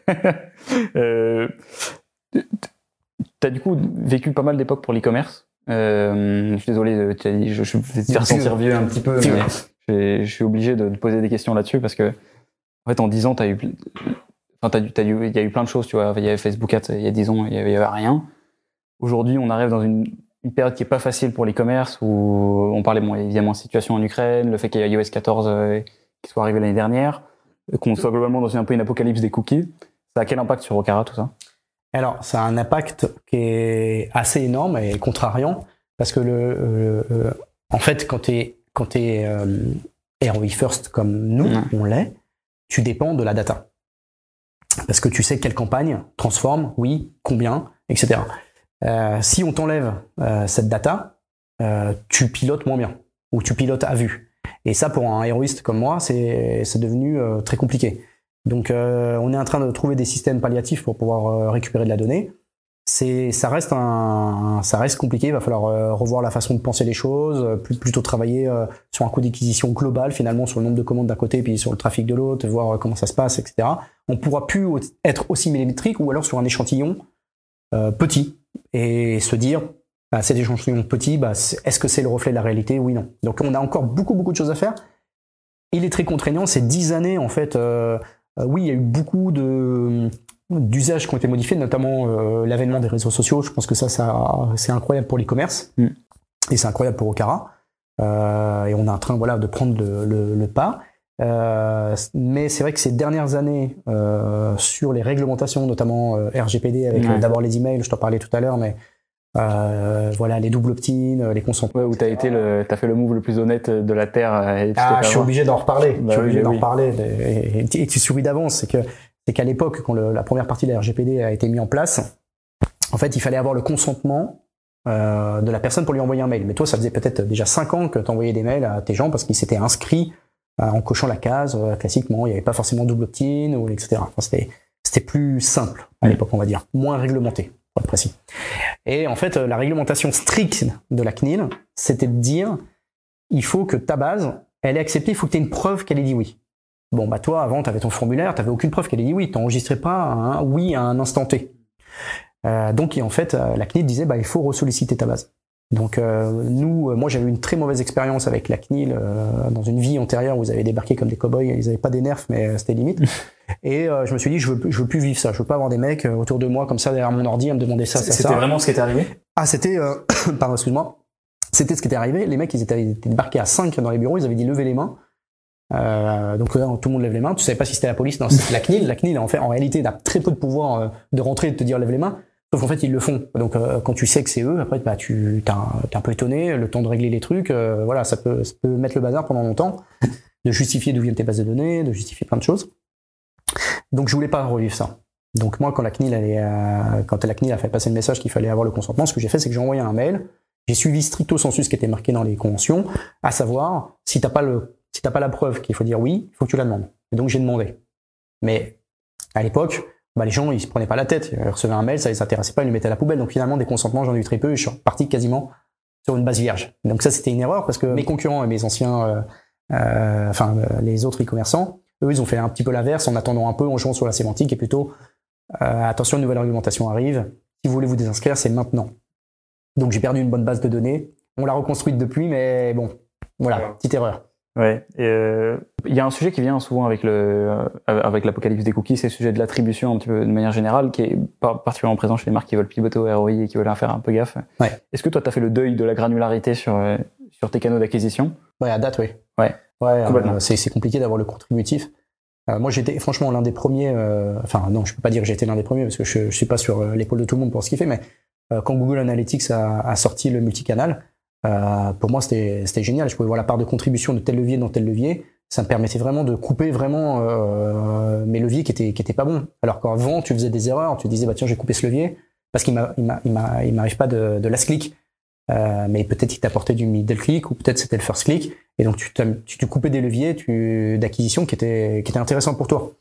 T'as du coup vécu pas mal d'époques pour l'e-commerce. Je suis désolé, je vais te faire sentir vieux un petit peu, mais je suis obligé de te poser des questions là-dessus parce que en fait en 10 ans il y a eu plein de choses, tu vois. Il y avait Facebook Ads il y a 10 ans, il y avait rien. Aujourd'hui, on arrive dans une période qui est pas facile pour l'e-commerce où on parlait évidemment de situation en Ukraine, le fait qu'il y ait iOS 14 qui soit arrivé l'année dernière, qu'on soit globalement dans un peu une apocalypse des cookies. Ça a quel impact sur Okara, tout ça? Alors, ça a un impact qui est assez énorme et contrariant parce que en fait, quand t'es ROI first comme nous, on l'est, tu dépends de la data. Parce que tu sais quelle campagne transforme, oui, combien, etc. Si on t'enlève cette data, tu pilotes moins bien ou tu pilotes à vue. Et ça, pour un héroïste comme moi, c'est devenu très compliqué. Donc, on est en train de trouver des systèmes palliatifs pour pouvoir récupérer de la donnée. Ça reste compliqué. Il va falloir revoir la façon de penser les choses, plutôt travailler sur un coût d'acquisition global, finalement, sur le nombre de commandes d'un côté, puis sur le trafic de l'autre, voir comment ça se passe, etc. On pourra plus être aussi millimétrique ou alors sur un échantillon petit et se dire, cet échantillon petit, est-ce que c'est le reflet de la réalité? Oui, non. Donc on a encore beaucoup de choses à faire. Il est très contraignant, c'est 10 années en fait. Oui, il y a eu beaucoup d'usages qui ont été modifiés, notamment l'avènement des réseaux sociaux. Je pense que ça c'est incroyable pour l'e-commerce et c'est incroyable pour Okara. Et on est en train de prendre le pas. Mais c'est vrai que ces dernières années sur les réglementations, notamment RGPD avec d'abord les emails, je t'en parlais tout à l'heure, mais les double opt-in, les consentements. Ouais, où t'as fait le move le plus honnête de la terre. Je suis obligé d'en reparler. Et tu souris d'avance. C'est qu'à l'époque, quand la première partie de la RGPD a été mise en place, en fait, il fallait avoir le consentement de la personne pour lui envoyer un mail. Mais toi, ça faisait peut-être déjà 5 ans que t'envoyais des mails à tes gens parce qu'ils s'étaient inscrits en cochant la case classiquement. Il n'y avait pas forcément double opt-in ou etc. Enfin, c'était plus simple à l'époque, on va dire, moins réglementé. Pour être précis. Et en fait, la réglementation stricte de la CNIL, c'était de dire, il faut que ta base, elle est acceptée, il faut que tu aies une preuve qu'elle ait dit oui. Bon, toi, avant, tu avais ton formulaire, tu n'avais aucune preuve qu'elle ait dit oui, tu n'enregistrais pas un oui à un instant T. Donc, en fait, la CNIL disait, il faut ressolliciter ta base. Donc, moi, j'avais eu une très mauvaise expérience avec la CNIL dans une vie antérieure où ils avaient débarqué comme des cow-boys, ils n'avaient pas des nerfs, mais c'était limite. Et je me suis dit, je veux plus vivre ça. Je veux pas avoir des mecs autour de moi comme ça derrière mon ordi à me demander ça. C'était vraiment ce qui était arrivé? Ah, c'était, pardon, excuse-moi. C'était ce qui était arrivé. Les mecs, ils étaient débarqués à 5 dans les bureaux. Ils avaient dit levez les mains. Donc tout le monde lève les mains. Tu savais pas si c'était la police. Non, c'était la CNIL. La CNIL, en réalité, n'a très peu de pouvoir de rentrer et de te dire lève les mains. Sauf qu'en fait, ils le font. Donc quand tu sais que c'est eux, après, t'es un peu étonné. Le temps de régler les trucs, ça peut mettre le bazar pendant longtemps. De justifier d'où viennent tes bases de données, de justifier plein de choses. Donc je voulais pas revivre ça. Donc moi, quand la CNIL a fait passer le message qu'il fallait avoir le consentement, ce que j'ai fait, c'est que j'ai envoyé un mail. J'ai suivi stricto sensu ce qui était marqué dans les conventions, à savoir, si t'as pas la preuve qu'il faut dire oui, il faut que tu la demandes. Et donc j'ai demandé. Mais À l'époque, les gens ils se prenaient pas la tête, ils recevaient un mail, ça les intéressait pas, ils le mettaient à la poubelle. Donc finalement des consentements j'en ai eu très peu et je suis parti quasiment sur une base vierge. Donc ça c'était une erreur parce que mes concurrents et mes anciens, les autres e-commerçants, eux ils ont fait un petit peu l'inverse en attendant un peu, en jouant sur la sémantique et plutôt attention, une nouvelle réglementation arrive, si vous voulez vous désinscrire c'est maintenant. Donc j'ai perdu une bonne base de données, on l'a reconstruite depuis mais bon voilà, petite erreur. Ouais. Il y a un sujet qui vient souvent avec l'apocalypse des cookies, c'est le sujet de l'attribution un petit peu de manière générale, qui est particulièrement présent chez les marques qui veulent pivoter au ROI et qui veulent en faire un peu gaffe. Ouais. Est-ce que toi t'as fait le deuil de la granularité sur tes canaux d'acquisition? Ouais, à date, oui. Ouais. C'est compliqué d'avoir le contributif. Moi, j'étais franchement l'un des premiers. Non, je peux pas dire que j'ai été l'un des premiers parce que je suis pas sur l'épaule de tout le monde pour ce qu'il fait, mais quand Google Analytics a sorti le multicanal. Pour moi c'était génial, je pouvais voir la part de contribution de tel levier dans tel levier, ça me permettait vraiment de couper vraiment mes leviers qui étaient pas bons, alors qu'avant tu faisais des erreurs, tu disais tiens j'ai coupé ce levier parce qu'il m'arrive pas de last click, mais peut-être qu'il t'apportait du middle click ou peut-être c'était le first click et donc tu coupais des leviers d'acquisition qui étaient intéressants pour toi,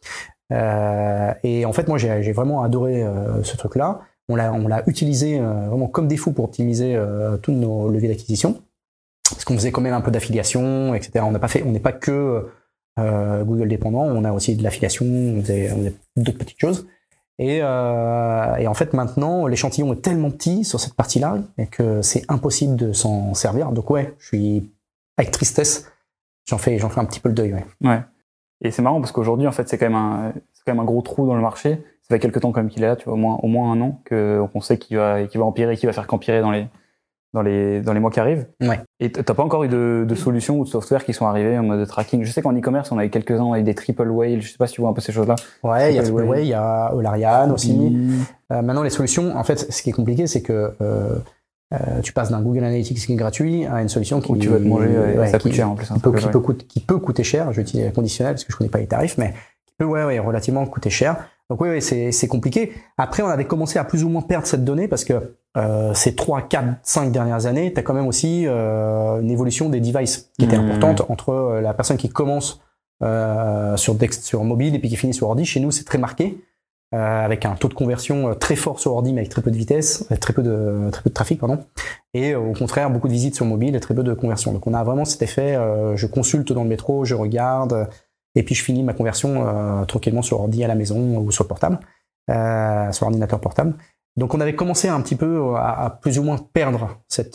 et en fait moi j'ai vraiment adoré ce truc là. On l'a utilisé vraiment comme des fous pour optimiser tous nos leviers d'acquisition, parce qu'on faisait quand même un peu d'affiliation, etc. On n'est pas que Google dépendant, on a aussi de l'affiliation, on faisait d'autres petites choses. Et en fait maintenant l'échantillon est tellement petit sur cette partie-là et que c'est impossible de s'en servir. Donc ouais, je suis avec tristesse, j'en fais un petit peu le deuil. Ouais. Et c'est marrant parce qu'aujourd'hui en fait c'est quand même un gros trou dans le marché. Ça fait quelques temps quand même qu'il est là, tu vois, au moins un an qu'on sait qu'il va empirer, qu'il va faire qu'empirer dans les mois qui arrivent. Ouais. Et t'as pas encore eu de solutions ou de software qui sont arrivés en mode tracking? Je sais qu'en e-commerce, on avait quelques-uns avec des triple whale, je sais pas si tu vois un peu ces choses-là. Ouais, il y a triple whale, il y a Olarian aussi. Maintenant, les solutions, en fait, ce qui est compliqué, c'est que tu passes d'un Google Analytics qui est gratuit à une solution qui tu vas te manger, ça coûte cher en plus. Qui peut coûter cher, je vais utiliser le conditionnel parce que je connais pas les tarifs, mais qui peut relativement coûter cher. Donc oui, c'est compliqué. Après, on avait commencé à plus ou moins perdre cette donnée parce que ces 3, 4, 5 dernières années, tu as quand même aussi une évolution des devices qui était importante entre la personne qui commence sur mobile et puis qui finit sur ordi. Chez nous, c'est très marqué, avec un taux de conversion très fort sur ordi mais avec très peu de vitesse, très peu de trafic, pardon. Et au contraire, beaucoup de visites sur mobile et très peu de conversion. Donc on a vraiment cet effet, je consulte dans le métro, je regarde... Et puis je finis ma conversion tranquillement sur ordi à la maison ou sur le portable, sur ordinateur portable. Donc on avait commencé un petit peu à plus ou moins perdre cette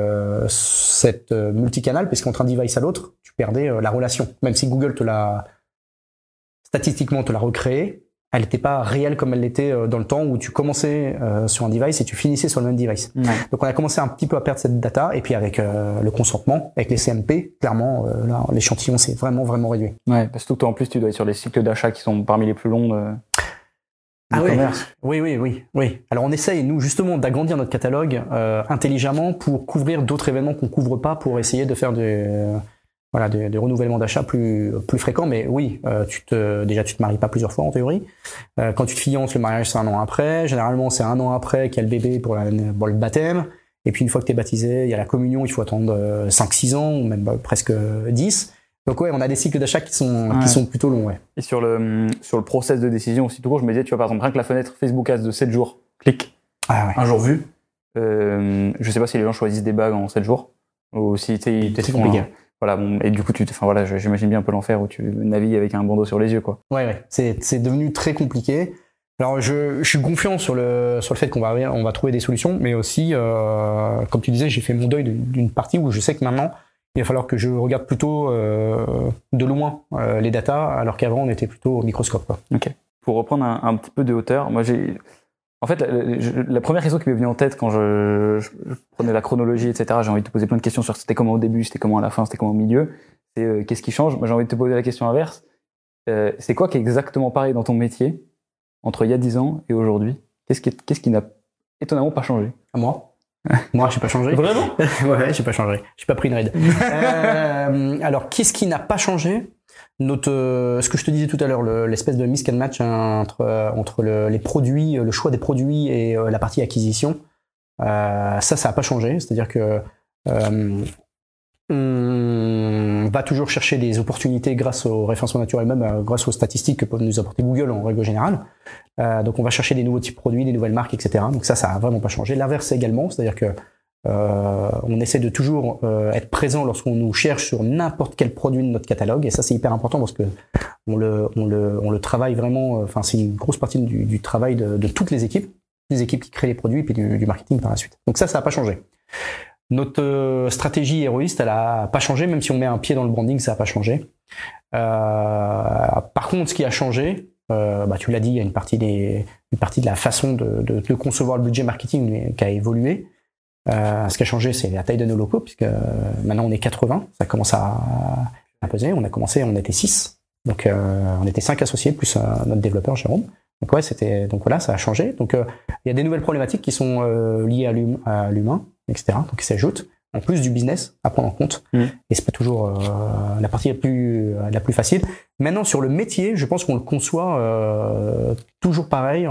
multicanal, puisqu'entre un device à l'autre, tu perdais la relation. Même si Google statistiquement te l'a recréée, elle n'était pas réelle comme elle l'était dans le temps où tu commençais sur un device et tu finissais sur le même device. Ouais. Donc on a commencé un petit peu à perdre cette data, et puis avec le consentement, avec les CMP, clairement, là, l'échantillon s'est vraiment, vraiment réduit. Ouais, parce que toi en plus tu dois être sur des cycles d'achat qui sont parmi les plus longs de commerce. Oui. Alors on essaye, nous, justement, d'agrandir notre catalogue intelligemment pour couvrir d'autres événements qu'on couvre pas, pour essayer de faire des renouvellements d'achat plus fréquents. Mais oui, tu te maries pas plusieurs fois en théorie. Quand tu te fiances, le mariage c'est 1 an après. Généralement c'est 1 an après qu'il y a le bébé pour le baptême. Et puis une fois que t'es baptisé, il y a la communion, il faut attendre 5-6 ans ou même presque 10. Donc ouais, on a des cycles d'achat qui sont plutôt longs, ouais. Et sur le process de décision aussi, tout court, je me disais, tu vois, par exemple, rien que la fenêtre Facebook Ads de 7 jours, clic, un jour vu. Je sais pas si les gens choisissent des bagues en 7 jours ou si c'est compliqué. Voilà, bon, et du coup, j'imagine bien un peu l'enfer où tu navigues avec un bandeau sur les yeux, quoi. Ouais. C'est devenu très compliqué. Alors, je suis confiant sur le fait qu'on va trouver des solutions, mais aussi, comme tu disais, j'ai fait mon deuil d'une partie où je sais que maintenant, il va falloir que je regarde plutôt de loin les datas, alors qu'avant, on était plutôt au microscope, quoi. Ok. Pour reprendre un petit peu de hauteur, moi, en fait, la première question qui m'est venue en tête quand je prenais la chronologie, etc., j'ai envie de te poser plein de questions sur c'était comment au début, c'était comment à la fin, c'était comment au milieu. C'est qu'est-ce qui change? Moi, j'ai envie de te poser la question inverse. C'est quoi qui est exactement pareil dans ton métier entre il y a 10 ans et aujourd'hui? Qu'est-ce qui n'a étonnamment pas changé? Moi, j'ai pas changé. Vraiment? Ouais, j'ai pas changé. J'ai pas pris une ride. Alors, qu'est-ce qui n'a pas changé? Ce que je te disais tout à l'heure, l'espèce de miss and match entre les produits, le choix des produits et la partie acquisition, ça a pas changé. C'est-à-dire que on va toujours chercher des opportunités grâce au référencement naturel, même grâce aux statistiques que peut nous apporter Google en règle générale. Donc on va chercher des nouveaux types de produits, des nouvelles marques, etc. Donc ça a vraiment pas changé. L'inverse également, c'est-à-dire que on essaie de toujours être présent lorsqu'on nous cherche sur n'importe quel produit de notre catalogue, et ça c'est hyper important parce que on le travaille vraiment. Enfin, c'est une grosse partie du travail de toutes les équipes qui créent les produits et puis du marketing par la suite. Donc ça a pas changé. Notre stratégie héroïste, elle a pas changé, même si on met un pied dans le branding, ça a pas changé. Par contre, ce qui a changé, tu l'as dit, il y a une partie de la façon de concevoir le budget marketing qui a évolué. Ce qui a changé, c'est la taille de nos locaux, puisque maintenant on est 80, ça commence à peser. On était 6, donc on était 5 associés plus notre développeur Jérôme. Donc voilà, ça a changé. Donc il y a des nouvelles problématiques qui sont liées à l'humain, etc. Donc qui s'ajoutent, en plus du business à prendre en compte. Et c'est pas toujours la partie la plus facile. Maintenant sur le métier, je pense qu'on le conçoit toujours pareil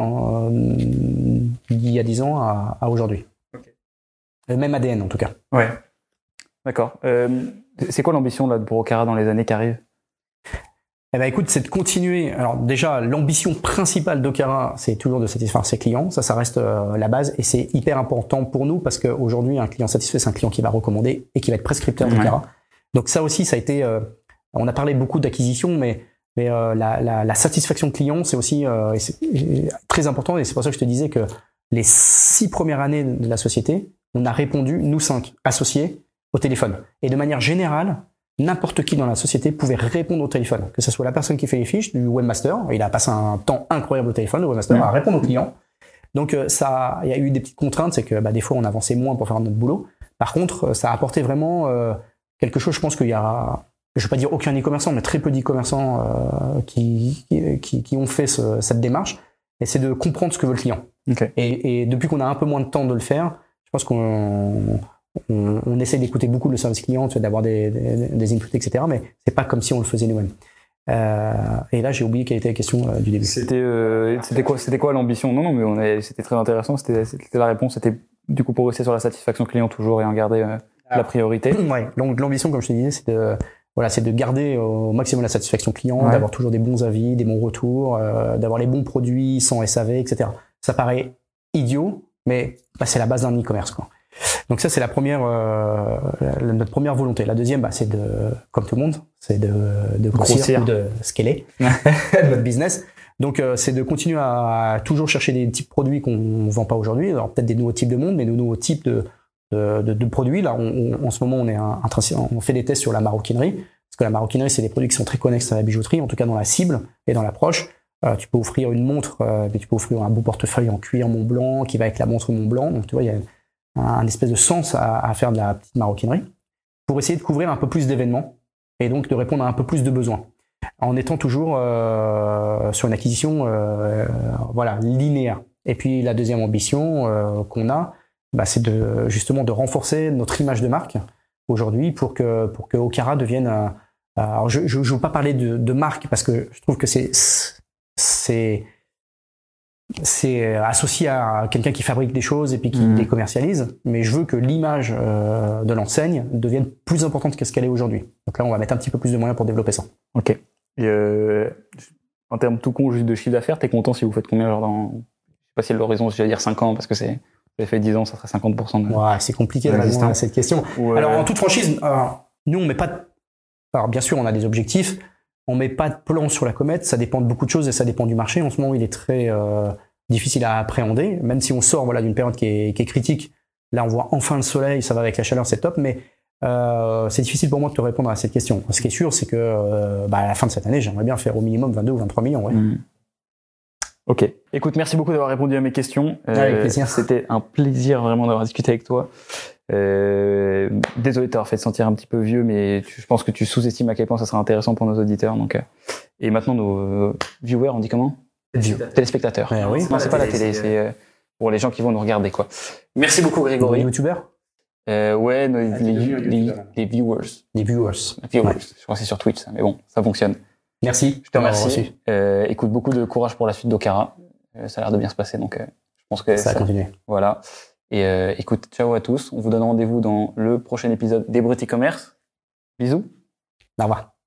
il y a 10 ans à aujourd'hui. Même ADN en tout cas. Ouais. D'accord. C'est quoi l'ambition là pour Okara dans les années qui arrivent? Écoute, c'est de continuer. Alors déjà, l'ambition principale d'Okara, c'est toujours de satisfaire ses clients. Ça reste la base et c'est hyper important pour nous parce qu'aujourd'hui, un client satisfait, c'est un client qui va recommander et qui va être prescripteur d'Okara. Donc ça aussi, ça a été. On a parlé beaucoup d'acquisition, mais la satisfaction client, c'est aussi c'est très important et c'est pour ça que je te disais que les 6 premières années de la société, on a répondu, nous 5 associés, au téléphone. Et de manière générale, n'importe qui dans la société pouvait répondre au téléphone. Que ce soit la personne qui fait les fiches, du webmaster, il a passé un temps incroyable au téléphone, le webmaster, à répondre aux clients. Donc il y a eu des petites contraintes, c'est que des fois on avançait moins pour faire notre boulot. Par contre, ça a apporté vraiment quelque chose, je pense qu'il y a, je ne vais pas dire aucun e-commerçant, mais très peu d'e-commerçants qui ont fait cette démarche. Et c'est de comprendre ce que veut le client. Okay. Et depuis qu'on a un peu moins de temps de le faire, je pense qu'on essaie d'écouter beaucoup le service client, tu vois, d'avoir des inputs, etc. Mais c'est pas comme si on le faisait nous-mêmes. Et là, j'ai oublié quelle était la question du début. C'était quoi l'ambition? Non, mais c'était très intéressant. C'était la réponse. C'était du coup pour rester sur la satisfaction client toujours et en garder la priorité. Ouais. Donc l'ambition, comme je te disais, c'est de garder au maximum la satisfaction client, d'avoir toujours des bons avis, des bons retours, d'avoir les bons produits sans SAV, etc. Ça paraît idiot, mais c'est la base d'un e-commerce, quoi. Donc ça, c'est notre première volonté. La deuxième, c'est comme tout le monde, c'est de grossir ou de scaler notre business. Donc c'est de continuer à toujours chercher des types de produits qu'on vend pas aujourd'hui. Alors peut-être des nouveaux types de monde, mais de nouveaux types de produits. Là, en ce moment, on fait des tests sur la maroquinerie, parce que la maroquinerie, c'est des produits qui sont très connexes à la bijouterie, en tout cas dans la cible et dans l'approche. Tu peux offrir une montre, mais tu peux offrir un beau portefeuille en cuir Montblanc qui va avec la montre Montblanc. Donc tu vois, il y a un espèce de sens à faire de la petite maroquinerie pour essayer de couvrir un peu plus d'événements et donc de répondre à un peu plus de besoins en étant toujours sur une acquisition linéaire. Et puis la deuxième ambition qu'on a, c'est justement de renforcer notre image de marque aujourd'hui pour que Okara devienne alors je veux pas parler de marque parce que je trouve que c'est associé à quelqu'un qui fabrique des choses et puis qui les commercialise, mais je veux que l'image de l'enseigne devienne plus importante que ce qu'elle est aujourd'hui. Donc là, on va mettre un petit peu plus de moyens pour développer ça. Ok. Et en termes tout con juste de chiffre d'affaires, t'es content si vous faites combien je sais pas si l'horizon, je vais dire 5 ans, parce que vous avez fait 10 ans, ça serait 50% de... Ouais, c'est compliqué de répondre à cette question. Ouais. Alors, en toute franchise, nous, on met pas de... Alors, bien sûr, on a des objectifs, on met pas de plan sur la comète, ça dépend de beaucoup de choses et ça dépend du marché. En ce moment, il est très difficile à appréhender, même si on sort d'une période qui est critique. Là, on voit enfin le soleil, ça va avec la chaleur, c'est top, mais c'est difficile pour moi de te répondre à cette question. Ce qui est sûr, c'est que à la fin de cette année, j'aimerais bien faire au minimum 22 ou 23 millions. Ouais. Ok. Écoute, merci beaucoup d'avoir répondu à mes questions. Avec plaisir. C'était un plaisir vraiment d'avoir discuté avec toi. Désolé de t'avoir fait sentir un petit peu vieux, mais je pense que tu sous-estimes à quel point ça sera intéressant pour nos auditeurs. Donc, et maintenant, nos viewers, on dit comment? Téléspectateurs. Oui. Non, c'est pas la télé, c'est pour les gens qui vont nous regarder, quoi. Merci beaucoup, Grégory. Les youtubeurs? Ouais, les viewers. Les viewers. Ouais. Je crois que c'est sur Twitch, ça, mais bon, ça fonctionne. Merci. Je te remercie. Écoute, beaucoup de courage pour la suite d'Okara. Ça a l'air de bien se passer, donc je pense que ça va continuer. Voilà. Et écoute, ciao à tous. On vous donne rendez-vous dans le prochain épisode des Brut e-commerce. Bisous. Au revoir.